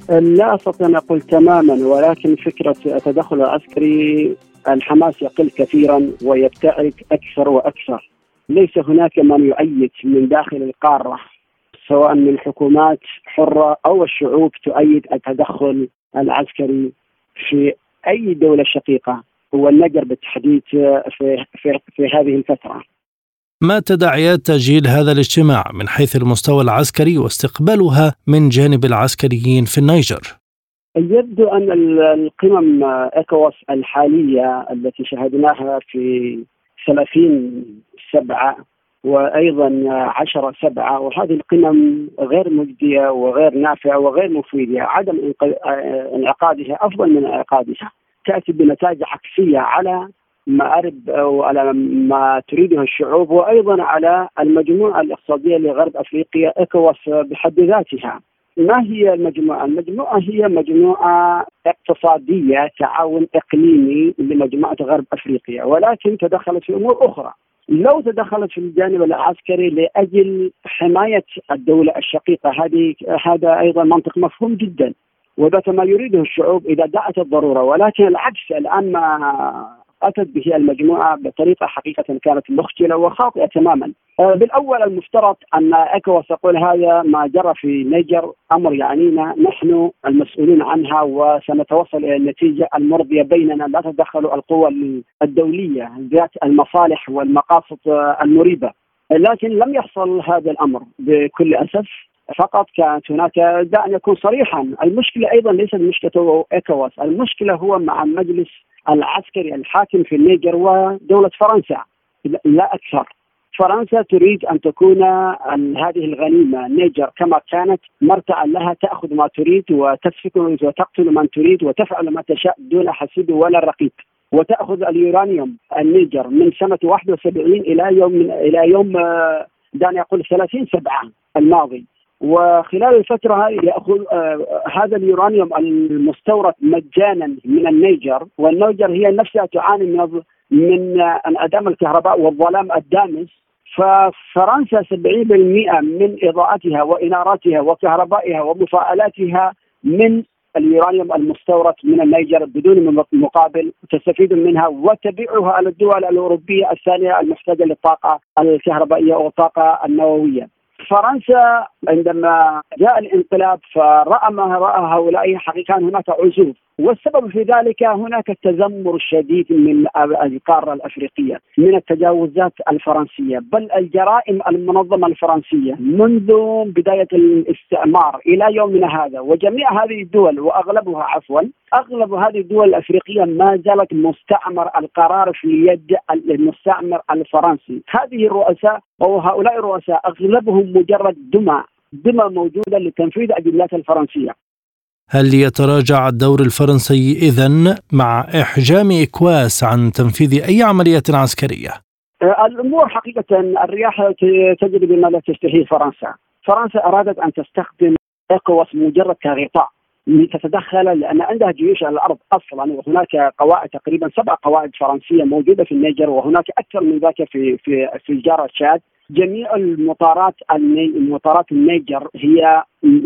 Speaker 10: لا أستطيع أن أقول تماما، ولكن فكرة التدخل العسكري الحماس يقل كثيرا ويبتعد أكثر وأكثر. ليس هناك من يؤيد من داخل القارة سواء من حكومات حرة أو الشعوب تؤيد التدخل العسكري في أي دولة شقيقة والنيجر بالتحديد في هذه الفترة.
Speaker 5: ما تداعيات تأجيل هذا الاجتماع من حيث المستوى العسكري واستقبالها من جانب العسكريين في النيجر؟
Speaker 10: يبدو أن القمم إيكوواس الحالية التي شاهدناها في 30/7 وأيضا 10/7، وهذه القمم غير مجدية وغير نافعة وغير مفيدة. عدم انعقادها أفضل من انعقادها، تأتي بنتائج عكسية على مآرب وعلى ما تريده الشعوب، وأيضا على المجموعة الاقتصادية لغرب أفريقيا إيكوواس بحد ذاتها. ما هي المجموعة؟ المجموعة هي مجموعة اقتصادية، تعاون إقليمي لمجموعة غرب أفريقيا، ولكن تدخلت في أمور أخرى. لو تدخلت في الجانب العسكري لأجل حماية الدولة الشقيقة، هذا أيضا منطق مفهوم جدا، وذات ما يريده الشعوب إذا دعت الضرورة. ولكن العكس الآن ما أتت به المجموعة بطريقة حقيقة كانت مخجلة وخاطئة تماما. بالأول المفترض أن إيكوواس تقول هذا ما جرى في نيجر أمر يعنينا، نحن المسؤولين عنها وسنتوصل إلى النتيجة المرضية بيننا، لا تدخل القوى الدولية ذات المصالح والمقاصد المريبة. لكن لم يحصل هذا الأمر بكل أسف، فقط كانت هناك، دعني أكون صريحا، المشكلة أيضا ليست مشكلة إيكوواس، المشكلة هو مع المجلس العسكري الحاكم في النيجر ودولة فرنسا لا أكثر. فرنسا تريد أن تكون هذه الغنيمة النيجر كما كانت مرتعا لها، تأخذ ما تريد وتسفك وتقتل من تريد وتفعل ما تشاء دون حسيب ولا رقيب، وتأخذ اليورانيوم النيجر من سنة 71 إلى يوم دعني أقول 30/7 الماضي. وخلال الفترة يأخذ هذا اليورانيوم المستورد مجانا من النيجر، والنيجر هي نفسها تعاني من انعدام الكهرباء والظلام الدامس. ففرنسا 70% من إضاءتها وإناراتها وكهربائها ومفاعلاتها من اليورانيوم المستورد من النيجر بدون مقابل، تستفيد منها وتبيعها على الدول الأوروبية الثانية المحتاجة للطاقة الكهربائية والطاقة النووية. فرنسا عندما جاء الانقلاب فرأى ما رأى هؤلاء حقيقة هناك عزوف، والسبب في ذلك هناك التذمر الشديد من القارة الأفريقية من التجاوزات الفرنسية، بل الجرائم المنظمة الفرنسية منذ بداية الاستعمار إلى يومنا هذا. وجميع هذه الدول وأغلبها أغلب هذه الدول الأفريقية ما زالت مستعمر، القرار في يد المستعمر الفرنسي. هذه الرؤساء أو هؤلاء الرؤساء أغلبهم مجرد دمى موجودة لتنفيذ أجندات الفرنسية.
Speaker 5: هل يتراجع الدور الفرنسي إذن مع إحجام إيكواس عن تنفيذ أي عمليات عسكرية؟
Speaker 10: الأمور حقيقة الرياح تجري بما لا تشتهيه فرنسا. فرنسا أرادت أن تستخدم إيكواس مجرد كغطاء لتتدخل، لأن عندها جيوش على الأرض أصلا، وهناك قواعد تقريبا 7 قواعد فرنسية موجودة في النيجر، وهناك أكثر من ذلك في الجارة تشاد. جميع مطارات النيجر هي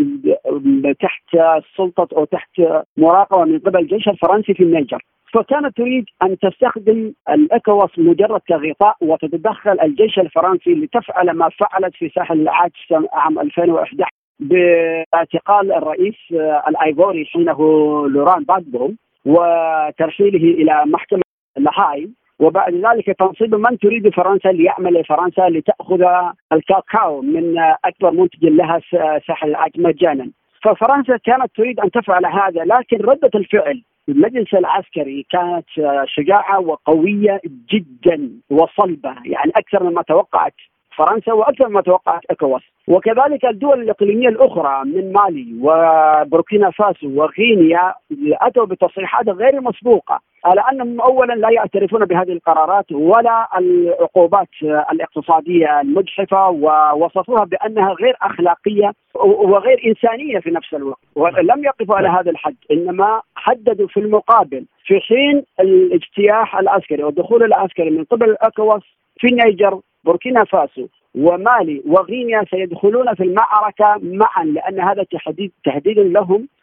Speaker 10: تحت سلطة أو تحت مراقبة من قبل الجيش الفرنسي في النيجر. فكانت تريد أن تستخدم الإيكوواس مجرد كغطاء وتتدخل الجيش الفرنسي لتفعل ما فعلت في ساحل العاج عام 2011 باعتقال الرئيس الأيفوري حينه لوران بادبو وترحيله إلى محكمة لاهاي، وبعد ذلك تنصيب من تريد فرنسا ليعمل لفرنسا لتأخذ الكاكاو من أكبر منتج لها ساحل العاج مجانا. ففرنسا كانت تريد أن تفعل هذا، لكن ردة الفعل المجلس العسكري كانت شجاعة وقوية جدا وصلبة، يعني أكثر مما توقعت فرنسا وأكثر مما توقعت إيكوواس. وكذلك الدول الإقليمية الأخرى من مالي وبوركينا فاسو وغينيا أتوا بتصريحات غير مسبوقة على أنهم أولا لا يعترفون بهذه القرارات ولا العقوبات الاقتصادية المجحفة، ووصفوها بأنها غير أخلاقية وغير إنسانية في نفس الوقت. ولم يقفوا على هذا الحد، إنما حددوا في المقابل في حين الاجتياح العسكري والدخول العسكري من قبل إيكوواس في النيجر بوركينا فاسو ومالي وغينيا سيدخلون في المعركة معا، لأن هذا تهديد لهم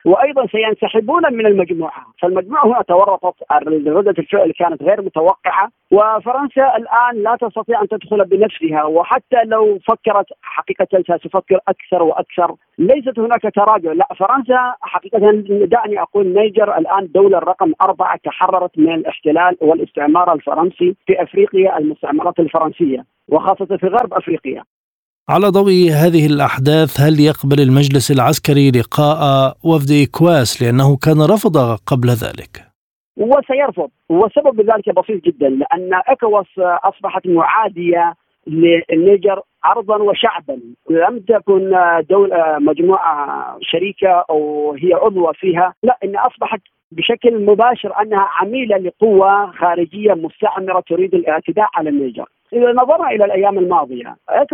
Speaker 10: وأيضا سينسحبون من المجموعة. فالمجموعة هنا تورطت، ردة الفعل كانت غير متوقعة، وفرنسا الآن لا تستطيع أن تدخل بنفسها، وحتى لو فكرت حقيقة ستفكر أكثر وأكثر. ليست هناك تراجع، لا، فرنسا حقيقة دعني أقول نيجر الآن الدولة رقم 4 تحررت من الاحتلال والاستعمار الفرنسي في أفريقيا، المستعمرات الفرنسية وخاصة في غرب أفريقيا.
Speaker 5: على ضوء هذه الأحداث، هل يقبل المجلس العسكري لقاء وفد إكواس لأنه كان رفض قبل ذلك؟
Speaker 10: وسيرفض، والسبب ذلك بسيط جدا، لأن إكواس أصبحت معادية للنيجر عرضا وشعبا. لم تكن دولة مجموعة شريكة أو هي عضوة فيها، لا، إن أصبحت بشكل مباشر أنها عميلة لقوة خارجية مستعمرة تريد الاعتداء على النيجر. إذا نظرنا إلى الأيام الماضية،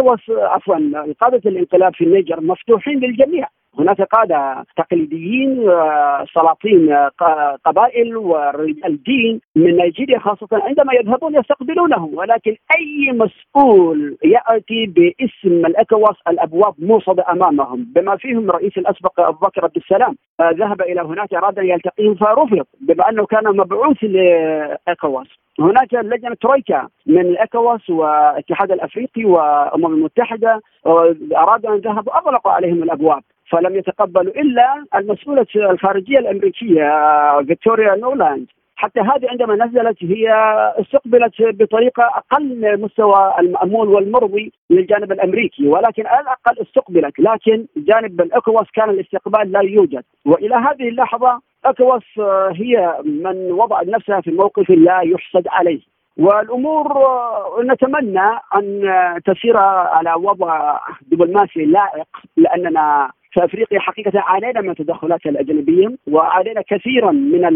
Speaker 10: قادة الانقلاب في النيجر مفتوحين للجميع. هناك قادة تقليديين، سلاطين قبائل ورجال دين من نيجيريا خاصة، عندما يذهبون يستقبلونهم، ولكن أي مسؤول يأتي باسم الإكواس الأبواب موصدة أمامهم، بما فيهم رئيس الأسبق أبو بكر عبد السلام. ذهب إلى هناك، أراد أن يلتقيهم فرفض بما أنه كان مبعوث لإكواس. هناك لجنة ترويكا من الإكواس والاتحاد الأفريقي والأمم المتحدة، أرادوا أن يذهبوا أغلقوا عليهم الأبواب، فلم يتقبلوا إلا المسؤولة الخارجية الأمريكية فيكتوريا نولاند. حتى هذه عندما نزلت هي استقبلت بطريقة أقل من مستوى المأمول والمرضي للجانب الأمريكي، ولكن على الأقل استقبلت. لكن جانب الإكواس كان الاستقبال لا يوجد، وإلى هذه اللحظة إكواس هي من وضعت نفسها في موقف لا يحسد عليه. والأمور نتمنى أن تسير على وضع دبلوماسي لائق، لأننا في أفريقيا حقيقة عانينا من التدخلات الأجنبية، وعانينا كثيرا من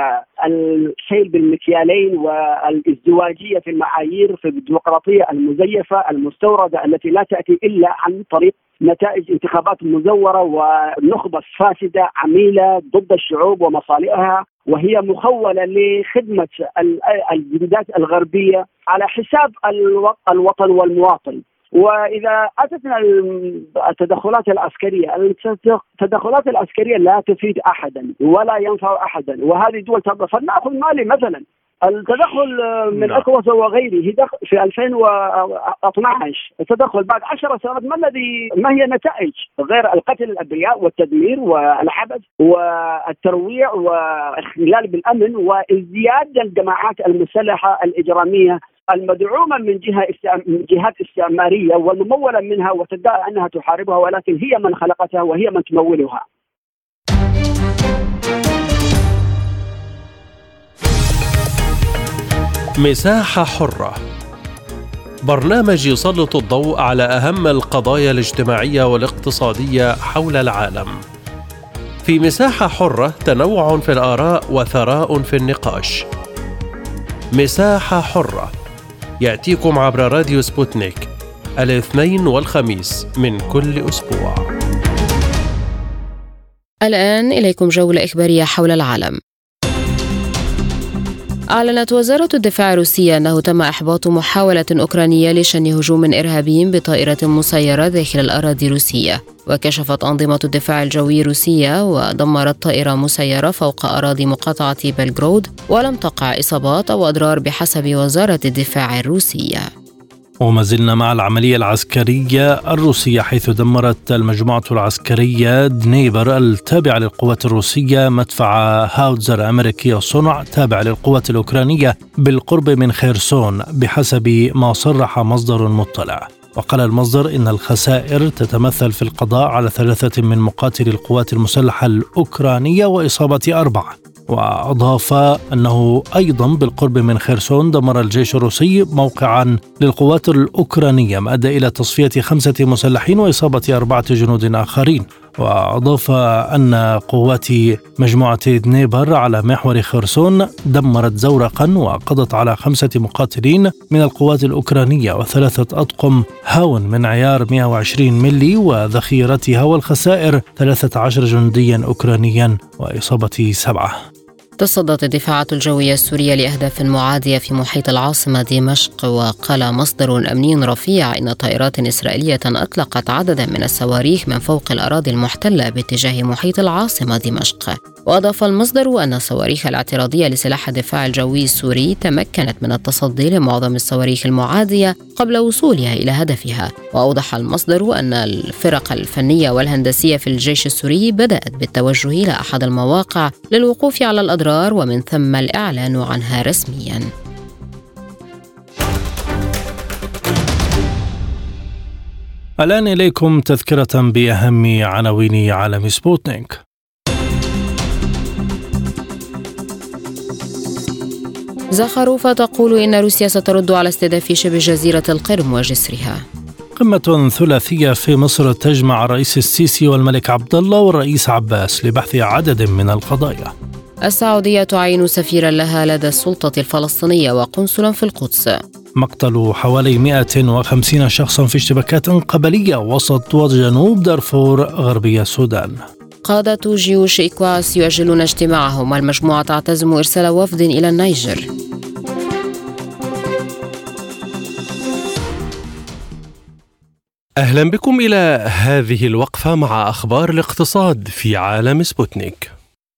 Speaker 10: الحيل بالمكيالين والازدواجية في المعايير في الديمقراطية المزيفة المستوردة التي لا تأتي إلا عن طريق نتائج انتخابات مزورة ونخبة فاسدة عميلة ضد الشعوب ومصالحها، وهي مخولة لخدمة الجندات الغربية على حساب الوطن والمواطن. وإذا أتتنا التدخلات العسكرية لا تفيد أحدا ولا ينفع أحدا، وهذه دول فلنأخذ مالي مثلا. التدخل من إكواس وغيره في 2012 التدخل بعد 10 سنوات، ما هي النتائج غير القتل الأبرياء والتدمير والعبث والترويع والاختلال بالأمن وازدياد الجماعات المسلحة الإجرامية المدعومة من جهات استعمارية والممولة منها وتدعي أنها تحاربها، ولكن هي من خلقتها وهي من تمولها.
Speaker 2: مساحة حرة، برنامج يسلط الضوء على أهم القضايا الاجتماعية والاقتصادية حول العالم. في مساحة حرة تنوع في الآراء وثراء في النقاش. مساحة حرة يأتيكم عبر راديو سبوتنيك الاثنين والخميس من كل أسبوع.
Speaker 4: الآن إليكم جولة إخبارية حول العالم. أعلنت وزارة الدفاع الروسية أنه تم إحباط محاولة أوكرانية لشن هجوم إرهابي بطائرة مسيرة داخل الأراضي الروسية. وكشفت أنظمة الدفاع الجوي الروسية ودمرت طائرة مسيرة فوق أراضي مقاطعة بلغراد، ولم تقع إصابات أو أضرار بحسب وزارة الدفاع الروسية.
Speaker 5: وما زلنا مع العملية العسكرية الروسية، حيث دمرت المجموعة العسكرية دنيبر التابعة للقوات الروسية مدفع هاوتزر أمريكي الصنع تابع للقوات الأوكرانية بالقرب من خيرسون بحسب ما صرح مصدر مطلع. وقال المصدر إن الخسائر تتمثل في القضاء على 3 من مقاتلي القوات المسلحة الأوكرانية وإصابة 4. وأضاف أنه أيضا بالقرب من خيرسون دمر الجيش الروسي موقعا للقوات الأوكرانية، ما أدى إلى تصفية 5 مسلحين وإصابة 4 جنود آخرين. وأضاف أن قوات مجموعة دنيبر على محور خرسون دمرت زورقا وقضت على 5 مقاتلين من القوات الأوكرانية و3 أطقم هاون من عيار 120 ملي وذخيرتها، والخسائر 13 جنديا أوكرانيا وإصابة 7.
Speaker 4: تصدت الدفاعات الجوية السورية لأهداف معادية في محيط العاصمة دمشق، وقال مصدر أمني رفيع إن طائرات إسرائيلية أطلقت عددا من الصواريخ من فوق الأراضي المحتلة باتجاه محيط العاصمة دمشق. وأضاف المصدر أن الصواريخ الاعتراضية لسلاح الدفاع الجوي السوري تمكنت من التصدي لمعظم الصواريخ المعادية قبل وصولها إلى هدفها. وأوضح المصدر أن الفرق الفنية والهندسية في الجيش السوري بدأت بالتوجه إلى أحد المواقع للوقوف على الأضرار ومن ثم الإعلان عنها رسمياً.
Speaker 5: الآن إليكم تذكرة بأهم عناوين عالم سبوتنيك.
Speaker 4: زخاروفا تقول إن روسيا سترد على استهداف شبه جزيرة القرم وجسرها.
Speaker 5: قمة ثلاثية في مصر تجمع الرئيس السيسي والملك عبد الله والرئيس عباس لبحث عدد من القضايا.
Speaker 4: السعودية تعين سفيرا لها لدى السلطة الفلسطينية وقنصلا في القدس.
Speaker 5: مقتل حوالي 150 شخصا في اشتباكات قبلية وسط وجنوب دارفور غربي السودان.
Speaker 4: قادة جيوش إكواس يؤجلون اجتماعهم والمجموعة تعتزم إرسال وفد إلى النيجر.
Speaker 2: أهلا بكم إلى هذه الوقفة مع أخبار الاقتصاد في عالم سبوتنيك.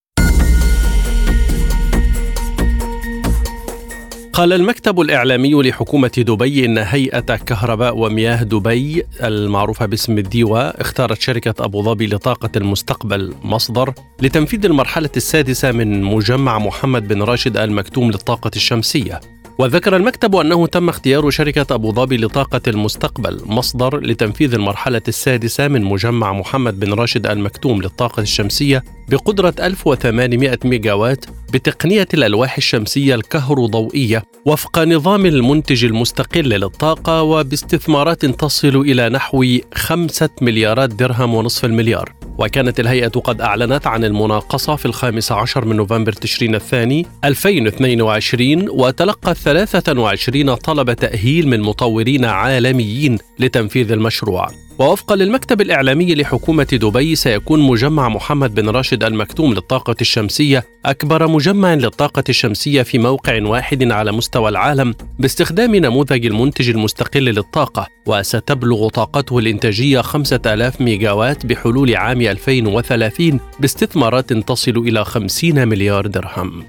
Speaker 2: قال المكتب الإعلامي لحكومة دبي إن هيئة كهرباء ومياه دبي المعروفة باسم الديوا اختارت شركة أبو ظبي لطاقة المستقبل مصدر لتنفيذ المرحلة السادسة من مجمع محمد بن راشد آل مكتوم للطاقة الشمسية. وذكر المكتب أنه تم اختيار شركة أبو ظبي لطاقة المستقبل مصدر لتنفيذ المرحلة السادسة من مجمع محمد بن راشد آل مكتوم للطاقة الشمسية بقدرة 1800 ميجاوات بتقنية الألواح الشمسية الكهروضوئية وفق نظام المنتج المستقل للطاقة وباستثمارات تصل إلى نحو 5 مليارات درهم ونصف المليار. وكانت الهيئة قد أعلنت عن المناقصة في 15 من نوفمبر تشرين الثاني 2022 وتلقت 23 طلب تأهيل من مطورين عالميين لتنفيذ المشروع. ووفقا للمكتب الإعلامي لحكومة دبي سيكون مجمع محمد بن راشد آل مكتوم للطاقة الشمسية أكبر مجمع للطاقة الشمسية في موقع واحد على مستوى العالم باستخدام نموذج المنتج المستقل للطاقة، وستبلغ طاقته الإنتاجية 5000 ميجاوات بحلول عام 2030 باستثمارات تصل إلى 50 مليار درهم.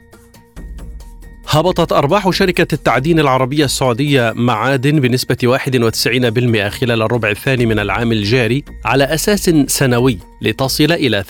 Speaker 2: هبطت أرباح شركة التعدين العربية السعودية معادن بنسبة 91% خلال الربع الثاني من العام الجاري على أساس سنوي لتصل إلى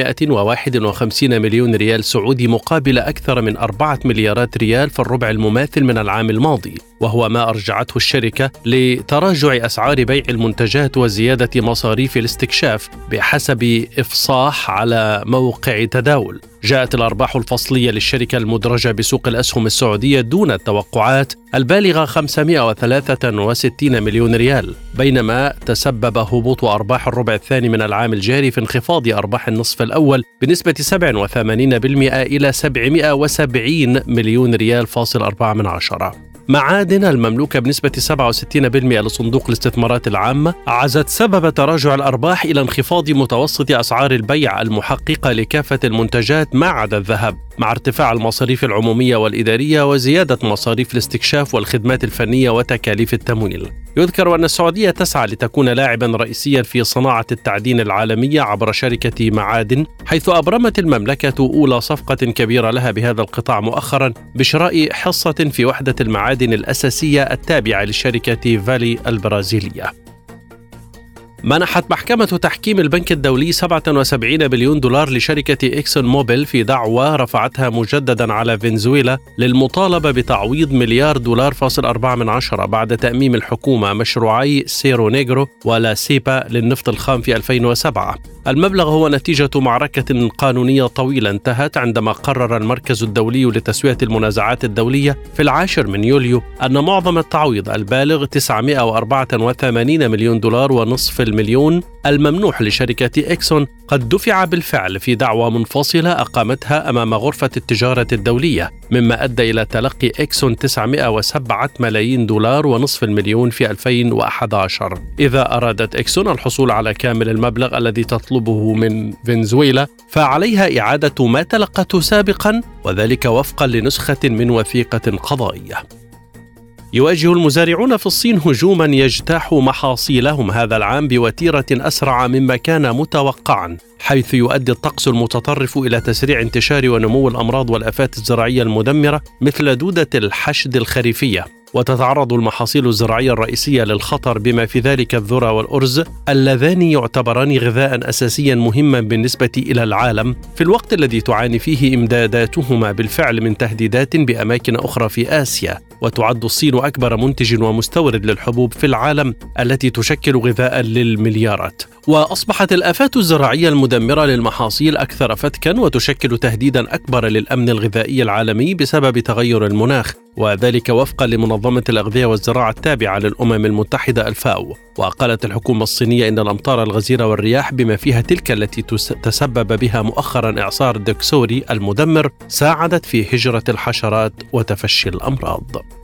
Speaker 2: 351 مليون ريال سعودي مقابل أكثر من 4 مليارات ريال في الربع المماثل من العام الماضي، وهو ما أرجعته الشركة لتراجع أسعار بيع المنتجات وزيادة مصاريف الاستكشاف بحسب إفصاح على موقع تداول. جاءت الأرباح الفصلية للشركة المدرجة بسوق الأسهم السعودية دون التوقعات البالغة 563 مليون ريال، بينما تسبب هبوط أرباح الربع الثاني من العام الجاري في انخفاض أرباح النصف الأول بنسبة 87% إلى 770 مليون ريال فاصل 4. معادن المملوكة بنسبة 67% لصندوق الاستثمارات العامة عزت سبب تراجع الأرباح إلى انخفاض متوسط أسعار البيع المحققة لكافة المنتجات ما عدا الذهب، مع ارتفاع المصاريف العمومية والإدارية وزيادة مصاريف الاستكشاف والخدمات الفنية وتكاليف التمويل. يذكر أن السعودية تسعى لتكون لاعبا رئيسيا في صناعة التعدين العالمية عبر شركة معادن، حيث أبرمت المملكة أولى صفقة كبيرة لها بهذا القطاع مؤخرا بشراء حصة في وحدة المعادن الأساسية التابعة لشركة فالي البرازيلية. منحت محكمة تحكيم البنك الدولي 77 بليون دولار لشركة إكسون موبيل في دعوى رفعتها مجددا على فنزويلا للمطالبة بتعويض مليار دولار فاصل 4 بعد تأميم الحكومة مشروعي سيرو نيغرو ولا سيبا للنفط الخام في 2007. المبلغ هو نتيجة معركة قانونية طويلة انتهت عندما قرر المركز الدولي لتسوية المنازعات الدولية في 10 من يوليو أن معظم التعويض البالغ 984 مليون دولار ونصف المليون الممنوح لشركة إكسون قد دفع بالفعل في دعوى منفصلة أقامتها أمام غرفة التجارة الدولية، مما أدى إلى تلقي إكسون 907 ملايين دولار ونصف المليون في 2011. إذا أرادت إكسون الحصول على كامل المبلغ الذي تطلبه تطلبه من فنزويلا فعليها إعادة ما تلقته سابقا، وذلك وفقا لنسخة من وثيقة قضائية. يواجه المزارعون في الصين هجوما يجتاح محاصيلهم هذا العام بوتيرة أسرع مما كان متوقعا، حيث يؤدي الطقس المتطرف إلى تسريع انتشار ونمو الأمراض والآفات الزراعية المدمرة مثل دودة الحشد الخريفية. وتتعرض المحاصيل الزراعية الرئيسية للخطر بما في ذلك الذرة والأرز اللذان يعتبران غذاء أساسيا مهما بالنسبة إلى العالم، في الوقت الذي تعاني فيه إمداداتهما بالفعل من تهديدات بأماكن أخرى في آسيا. وتعد الصين أكبر منتج ومستورد للحبوب في العالم التي تشكل غذاء للمليارات. وأصبحت الآفات الزراعية المدمرة للمحاصيل أكثر فتكا وتشكل تهديدا أكبر للأمن الغذائي العالمي بسبب تغير المناخ، وذلك وفقا لمنظمة الأغذية والزراعة التابعة للأمم المتحدة الفاو. وقالت الحكومة الصينية إن الأمطار الغزيرة والرياح بما فيها تلك التي تسبب بها مؤخرا إعصار دكسوري المدمر ساعدت في هجرة الحشرات وتفشي الأمراض.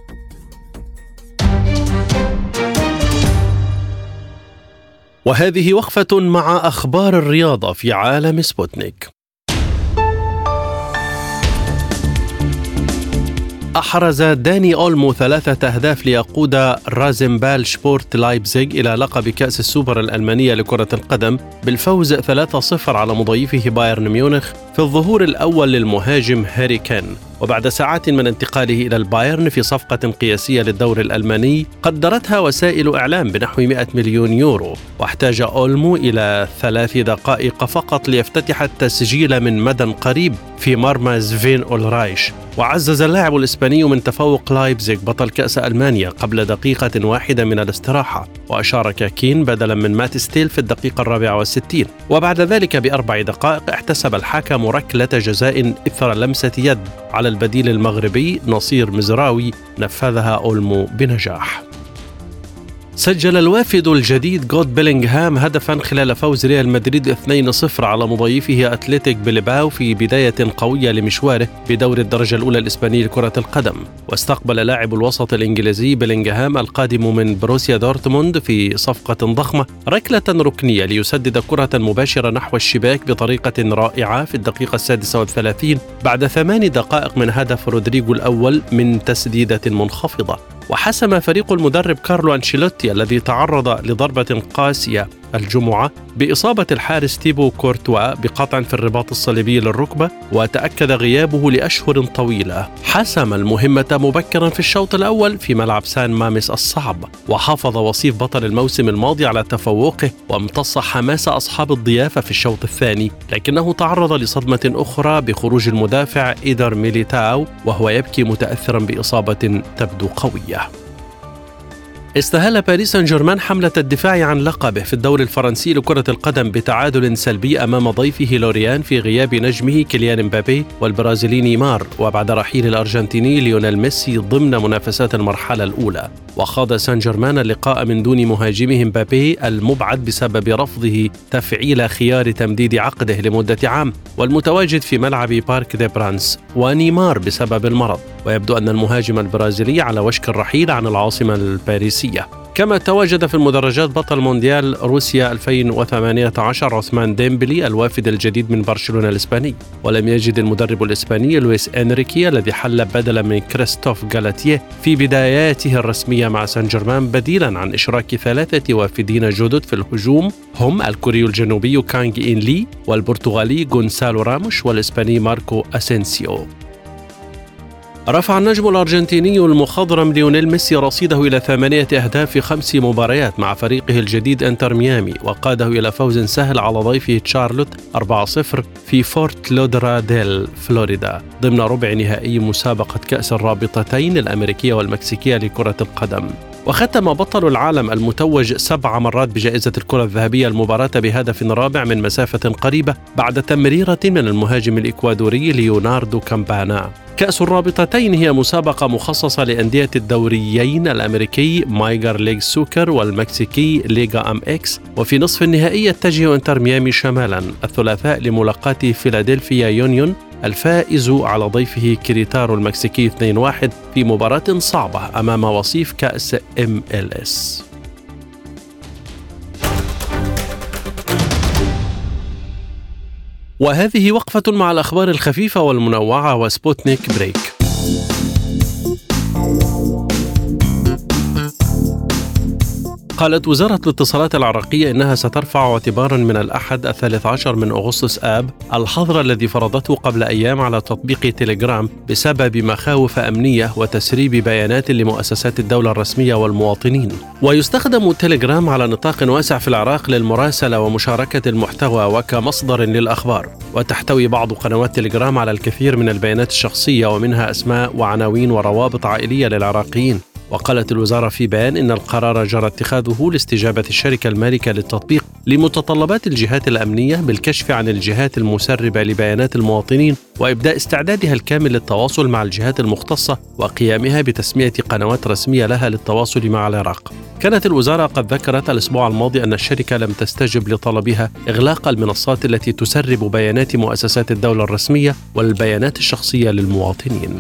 Speaker 2: وهذه وقفة مع أخبار الرياضة في عالم سبوتنيك. أحرز داني أولمو 3 أهداف ليقود رازنبال شبورت لايبزيغ إلى لقب كأس السوبر الألمانية لكرة القدم بالفوز 3-0 على مضيفه بايرن ميونخ في الظهور الأول للمهاجم هاري كين. وبعد ساعات من انتقاله إلى البايرن في صفقة قياسية للدوري الألماني قدرتها وسائل إعلام بنحو 100 مليون يورو، واحتاج أولمو إلى 3 دقائق فقط ليفتتح التسجيل من مدى قريب في مرمى سفين أولرايش. وعزز اللاعب الإسباني من تفوق لايبزيغ بطل كأس ألمانيا قبل دقيقة واحدة من الاستراحة، وأشارك كين بدلا من مات ستيل في الدقيقة 64. وبعد ذلك ب4 دقائق احتسب الحكم ركلة جزاء إثر لمسة يد على البديل المغربي نصير مزراوي نفذها أولمو بنجاح. سجل الوافد الجديد جود بيلينغهام هدفا خلال فوز ريال مدريد 2-0 على مضيفه أتلتيك بلباو في بداية قوية لمشواره بدوري الدرجة الأولى الإسباني لكرة القدم. واستقبل لاعب الوسط الإنجليزي بيلينغهام القادم من بروسيا دورتموند في صفقة ضخمة ركلة ركنية ليسدد كرة مباشرة نحو الشباك بطريقة رائعة في الدقيقة 36 بعد 8 دقائق من هدف رودريغو الأول من تسديدة منخفضة. وحسم فريق المدرب كارلو أنشيلوتي الذي تعرض لضربة قاسية الجمعة بإصابة الحارس تيبو كورتوا بقطع في الرباط الصليبي للركبة، وتأكد غيابه لأشهر طويلة. حسم المهمة مبكرا في الشوط الأول في ملعب سان ماميس الصعب، وحافظ وصيف بطل الموسم الماضي على تفوقه وامتص حماس أصحاب الضيافة في الشوط الثاني، لكنه تعرض لصدمة أخرى بخروج المدافع إيدر ميليتاو وهو يبكي متأثرا بإصابة تبدو قوية. استهل باريس سان جيرمان حملة الدفاع عن لقبه في الدوري الفرنسي لكرة القدم بتعادل سلبي أمام ضيفه لوريان في غياب نجمه كيليان مبابي والبرازيلي نيمار، وبعد رحيل الأرجنتيني ليونيل ميسي ضمن منافسات المرحلة الأولى. وخاض سان جيرمان اللقاء من دون مهاجمه مبابي المبعد بسبب رفضه تفعيل خيار تمديد عقده لمدة عام والمتواجد في ملعب بارك دي برانس، ونيمار بسبب المرض. ويبدو أن المهاجم البرازيلي على وشك الرحيل عن العاصمة الباريسية. كما تواجد في المدرجات بطل مونديال روسيا 2018 عثمان ديمبلي الوافد الجديد من برشلونة الإسباني. ولم يجد المدرب الإسباني لويس إنريكي الذي حل بدلا من كريستوف غالاتيه في بداياته الرسمية مع سان جيرمان بديلا عن إشراك 3 وافدين جدد في الهجوم، هم الكوري الجنوبي كانغ إين لي والبرتغالي غونسالو راموش والإسباني ماركو أسينسيو. رفع النجم الأرجنتيني المخضرم ليونيل ميسي رصيده إلى 8 أهداف في 5 مباريات مع فريقه الجديد انتر ميامي، وقاده إلى فوز سهل على ضيفه تشارلوت 4-0 في فورت لودراديل فلوريدا ضمن ربع نهائي مسابقة كأس الرابطتين الأمريكية والمكسيكية لكرة القدم. وختم بطل العالم المتوج 7 مرات بجائزة الكرة الذهبية المباراة بهدف رابع من مسافة قريبة بعد تمريرة من المهاجم الإكوادوري ليوناردو كامبانا. كأس الرابطتين هي مسابقة مخصصة لأندية الدوريين الأمريكي مايجر ليج سوكر والمكسيكي ليغا أم إكس. وفي نصف النهائي يتجه انتر ميامي شمالا الثلاثاء لملاقاة فيلادلفيا يونيون الفائز على ضيفه كيريتارو المكسيكي 2-1 في مباراة صعبة أمام وصيف كأس MLS. وهذه وقفة مع الأخبار الخفيفة والمنوعة وسبوتنيك بريك. قالت وزارة الاتصالات العراقية إنها سترفع اعتبارا من الأحد 13 من أغسطس آب الحظر الذي فرضته قبل أيام على تطبيق تيليجرام بسبب مخاوف أمنية وتسريب بيانات لمؤسسات الدولة الرسمية والمواطنين. ويستخدم تيليجرام على نطاق واسع في العراق للمراسلة ومشاركة المحتوى وكمصدر للأخبار، وتحتوي بعض قنوات تيليجرام على الكثير من البيانات الشخصية ومنها أسماء وعناوين وروابط عائلية للعراقيين. وقالت الوزارة في بيان إن القرار جرى اتخاذه لاستجابة الشركة المالكة للتطبيق لمتطلبات الجهات الأمنية بالكشف عن الجهات المسربة لبيانات المواطنين وإبداء استعدادها الكامل للتواصل مع الجهات المختصة وقيامها بتسمية قنوات رسمية لها للتواصل مع العراق. كانت الوزارة قد ذكرت الأسبوع الماضي أن الشركة لم تستجب لطلبها إغلاق المنصات التي تسرب بيانات مؤسسات الدولة الرسمية والبيانات الشخصية للمواطنين.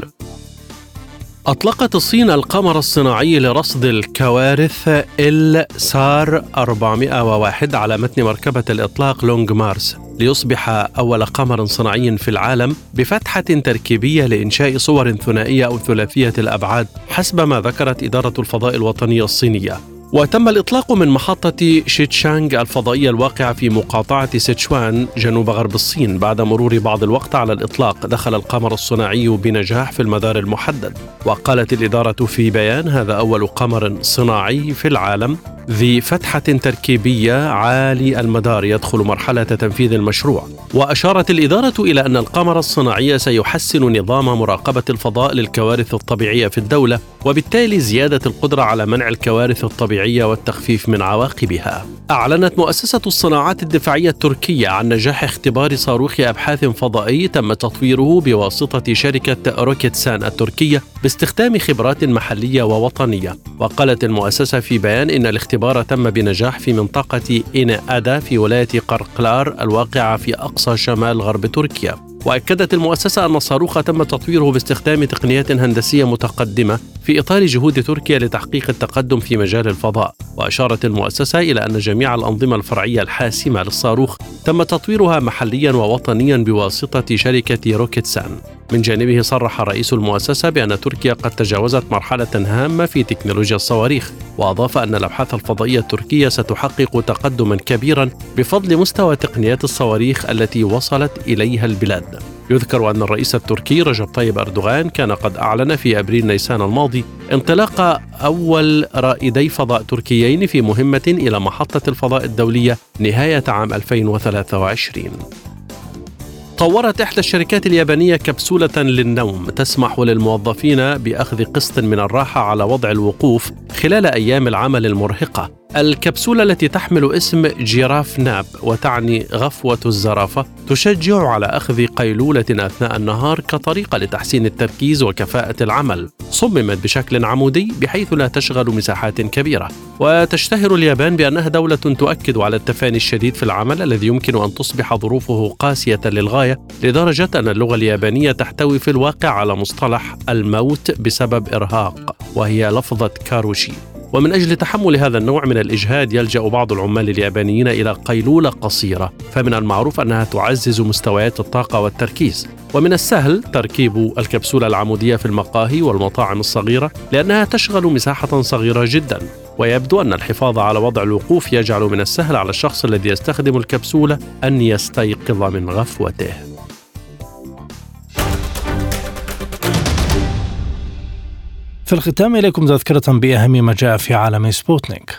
Speaker 2: أطلقت الصين القمر الصناعي لرصد الكوارث السار 401 على متن مركبة الإطلاق لونغ مارس ليصبح أول قمر صناعي في العالم بفتحة تركيبية لإنشاء صور ثنائية أو ثلاثية الأبعاد حسب ما ذكرت إدارة الفضاء الوطنية الصينية. وتم الإطلاق من محطة شيتشانغ الفضائية الواقعة في مقاطعة سيتشوان جنوب غرب الصين. بعد مرور بعض الوقت على الإطلاق دخل القمر الصناعي بنجاح في المدار المحدد. وقالت الإدارة في بيان: هذا أول قمر صناعي في العالم ذي فتحة تركيبية عالي المدار يدخل مرحلة تنفيذ المشروع. وأشارت الإدارة إلى أن القمر الصناعي سيحسن نظام مراقبة الفضاء للكوارث الطبيعية في الدولة، وبالتالي زيادة القدرة على منع الكوارث الطبيعية والتخفيف من عواقبها. أعلنت مؤسسة الصناعات الدفاعية التركية عن نجاح اختبار صاروخ أبحاث فضائي تم تطويره بواسطة شركة روكيتسان التركية باستخدام خبرات محلية ووطنية. وقالت المؤسسة في بيان إن الاختبار تم بنجاح في منطقة إنأدا في ولاية قرقلار الواقعة في أقصى شمال غرب تركيا. وأكدت المؤسسة أن الصاروخ تم تطويره باستخدام تقنيات هندسية متقدمة في إطار جهود تركيا لتحقيق التقدم في مجال الفضاء. وأشارت المؤسسة إلى أن جميع الأنظمة الفرعية الحاسمة للصاروخ تم تطويرها محليا ووطنيا بواسطة شركة روكيتسان. من جانبه صرح رئيس المؤسسة بأن تركيا قد تجاوزت مرحلة هامة في تكنولوجيا الصواريخ، وأضاف أن الأبحاث الفضائية التركية ستحقق تقدما كبيرا بفضل مستوى تقنيات الصواريخ التي وصلت إليها البلاد. يذكر أن الرئيس التركي رجب طيب أردوغان كان قد أعلن في أبريل نيسان الماضي انطلاق أول رائدي فضاء تركيين في مهمة إلى محطة الفضاء الدولية نهاية عام 2023. طورت إحدى الشركات اليابانية كبسولة للنوم تسمح للموظفين بأخذ قسط من الراحة على وضع الوقوف خلال أيام العمل المرهقة. الكبسولة التي تحمل اسم جيراف ناب وتعني غفوة الزرافة تشجع على أخذ قيلولة أثناء النهار كطريقة لتحسين التركيز وكفاءة العمل. صممت بشكل عمودي بحيث لا تشغل مساحات كبيرة. وتشتهر اليابان بأنها دولة تؤكد على التفاني الشديد في العمل الذي يمكن أن تصبح ظروفه قاسية للغاية، لدرجة أن اللغة اليابانية تحتوي في الواقع على مصطلح الموت بسبب إرهاق، وهي لفظة كاروشي. ومن أجل تحمل هذا النوع من الإجهاد يلجأ بعض العمال اليابانيين إلى قيلولة قصيرة، فمن المعروف أنها تعزز مستويات الطاقة والتركيز. ومن السهل تركيب الكبسولة العمودية في المقاهي والمطاعم الصغيرة لأنها تشغل مساحة صغيرة جدا. ويبدو أن الحفاظ على وضع الوقوف يجعل من السهل على الشخص الذي يستخدم الكبسولة أن يستيقظ من غفوته.
Speaker 5: في الختام إليكم تذكرة بأهم ما جاء في عالم سبوتنيك.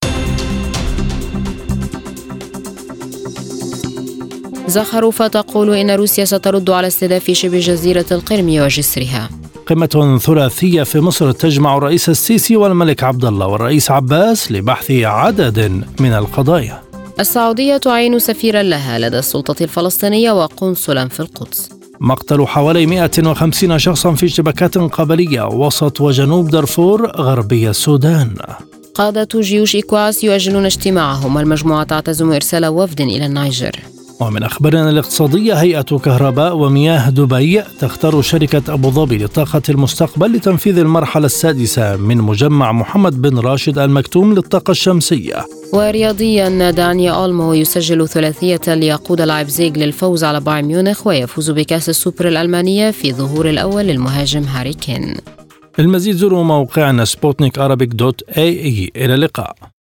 Speaker 4: زخروفة تقول إن روسيا سترد على استهداف شبه جزيرة القرم وجسرها.
Speaker 5: قمة ثلاثية في مصر تجمع الرئيس السيسي والملك عبد الله والرئيس عباس لبحث عدد من القضايا.
Speaker 4: السعودية تعين سفيرا لها لدى السلطة الفلسطينية وقنصلا في القدس.
Speaker 5: مقتل حوالي 150 شخصا في اشتباكات قبلية وسط وجنوب دارفور غربي السودان.
Speaker 4: قادة جيوش إيكواس يؤجلون اجتماعهم والمجموعة تعتزم إرسال وفد إلى النيجر.
Speaker 5: ومن أخبارنا الاقتصادية، هيئة كهرباء ومياه دبي تختار شركة أبو ظبي لطاقة المستقبل لتنفيذ المرحلة السادسة من مجمع محمد بن راشد المكتوم للطاقة الشمسية.
Speaker 4: ورياضيا، داني أولمو يسجل ثلاثية ليقود لايبزيغ للفوز على بايرن ميونخ ويفوز بكأس السوبر الألمانية في ظهور الأول للمهاجم هاري كين.
Speaker 5: المزيد زوروا موقعنا sputnikarabic.ae. إلى اللقاء.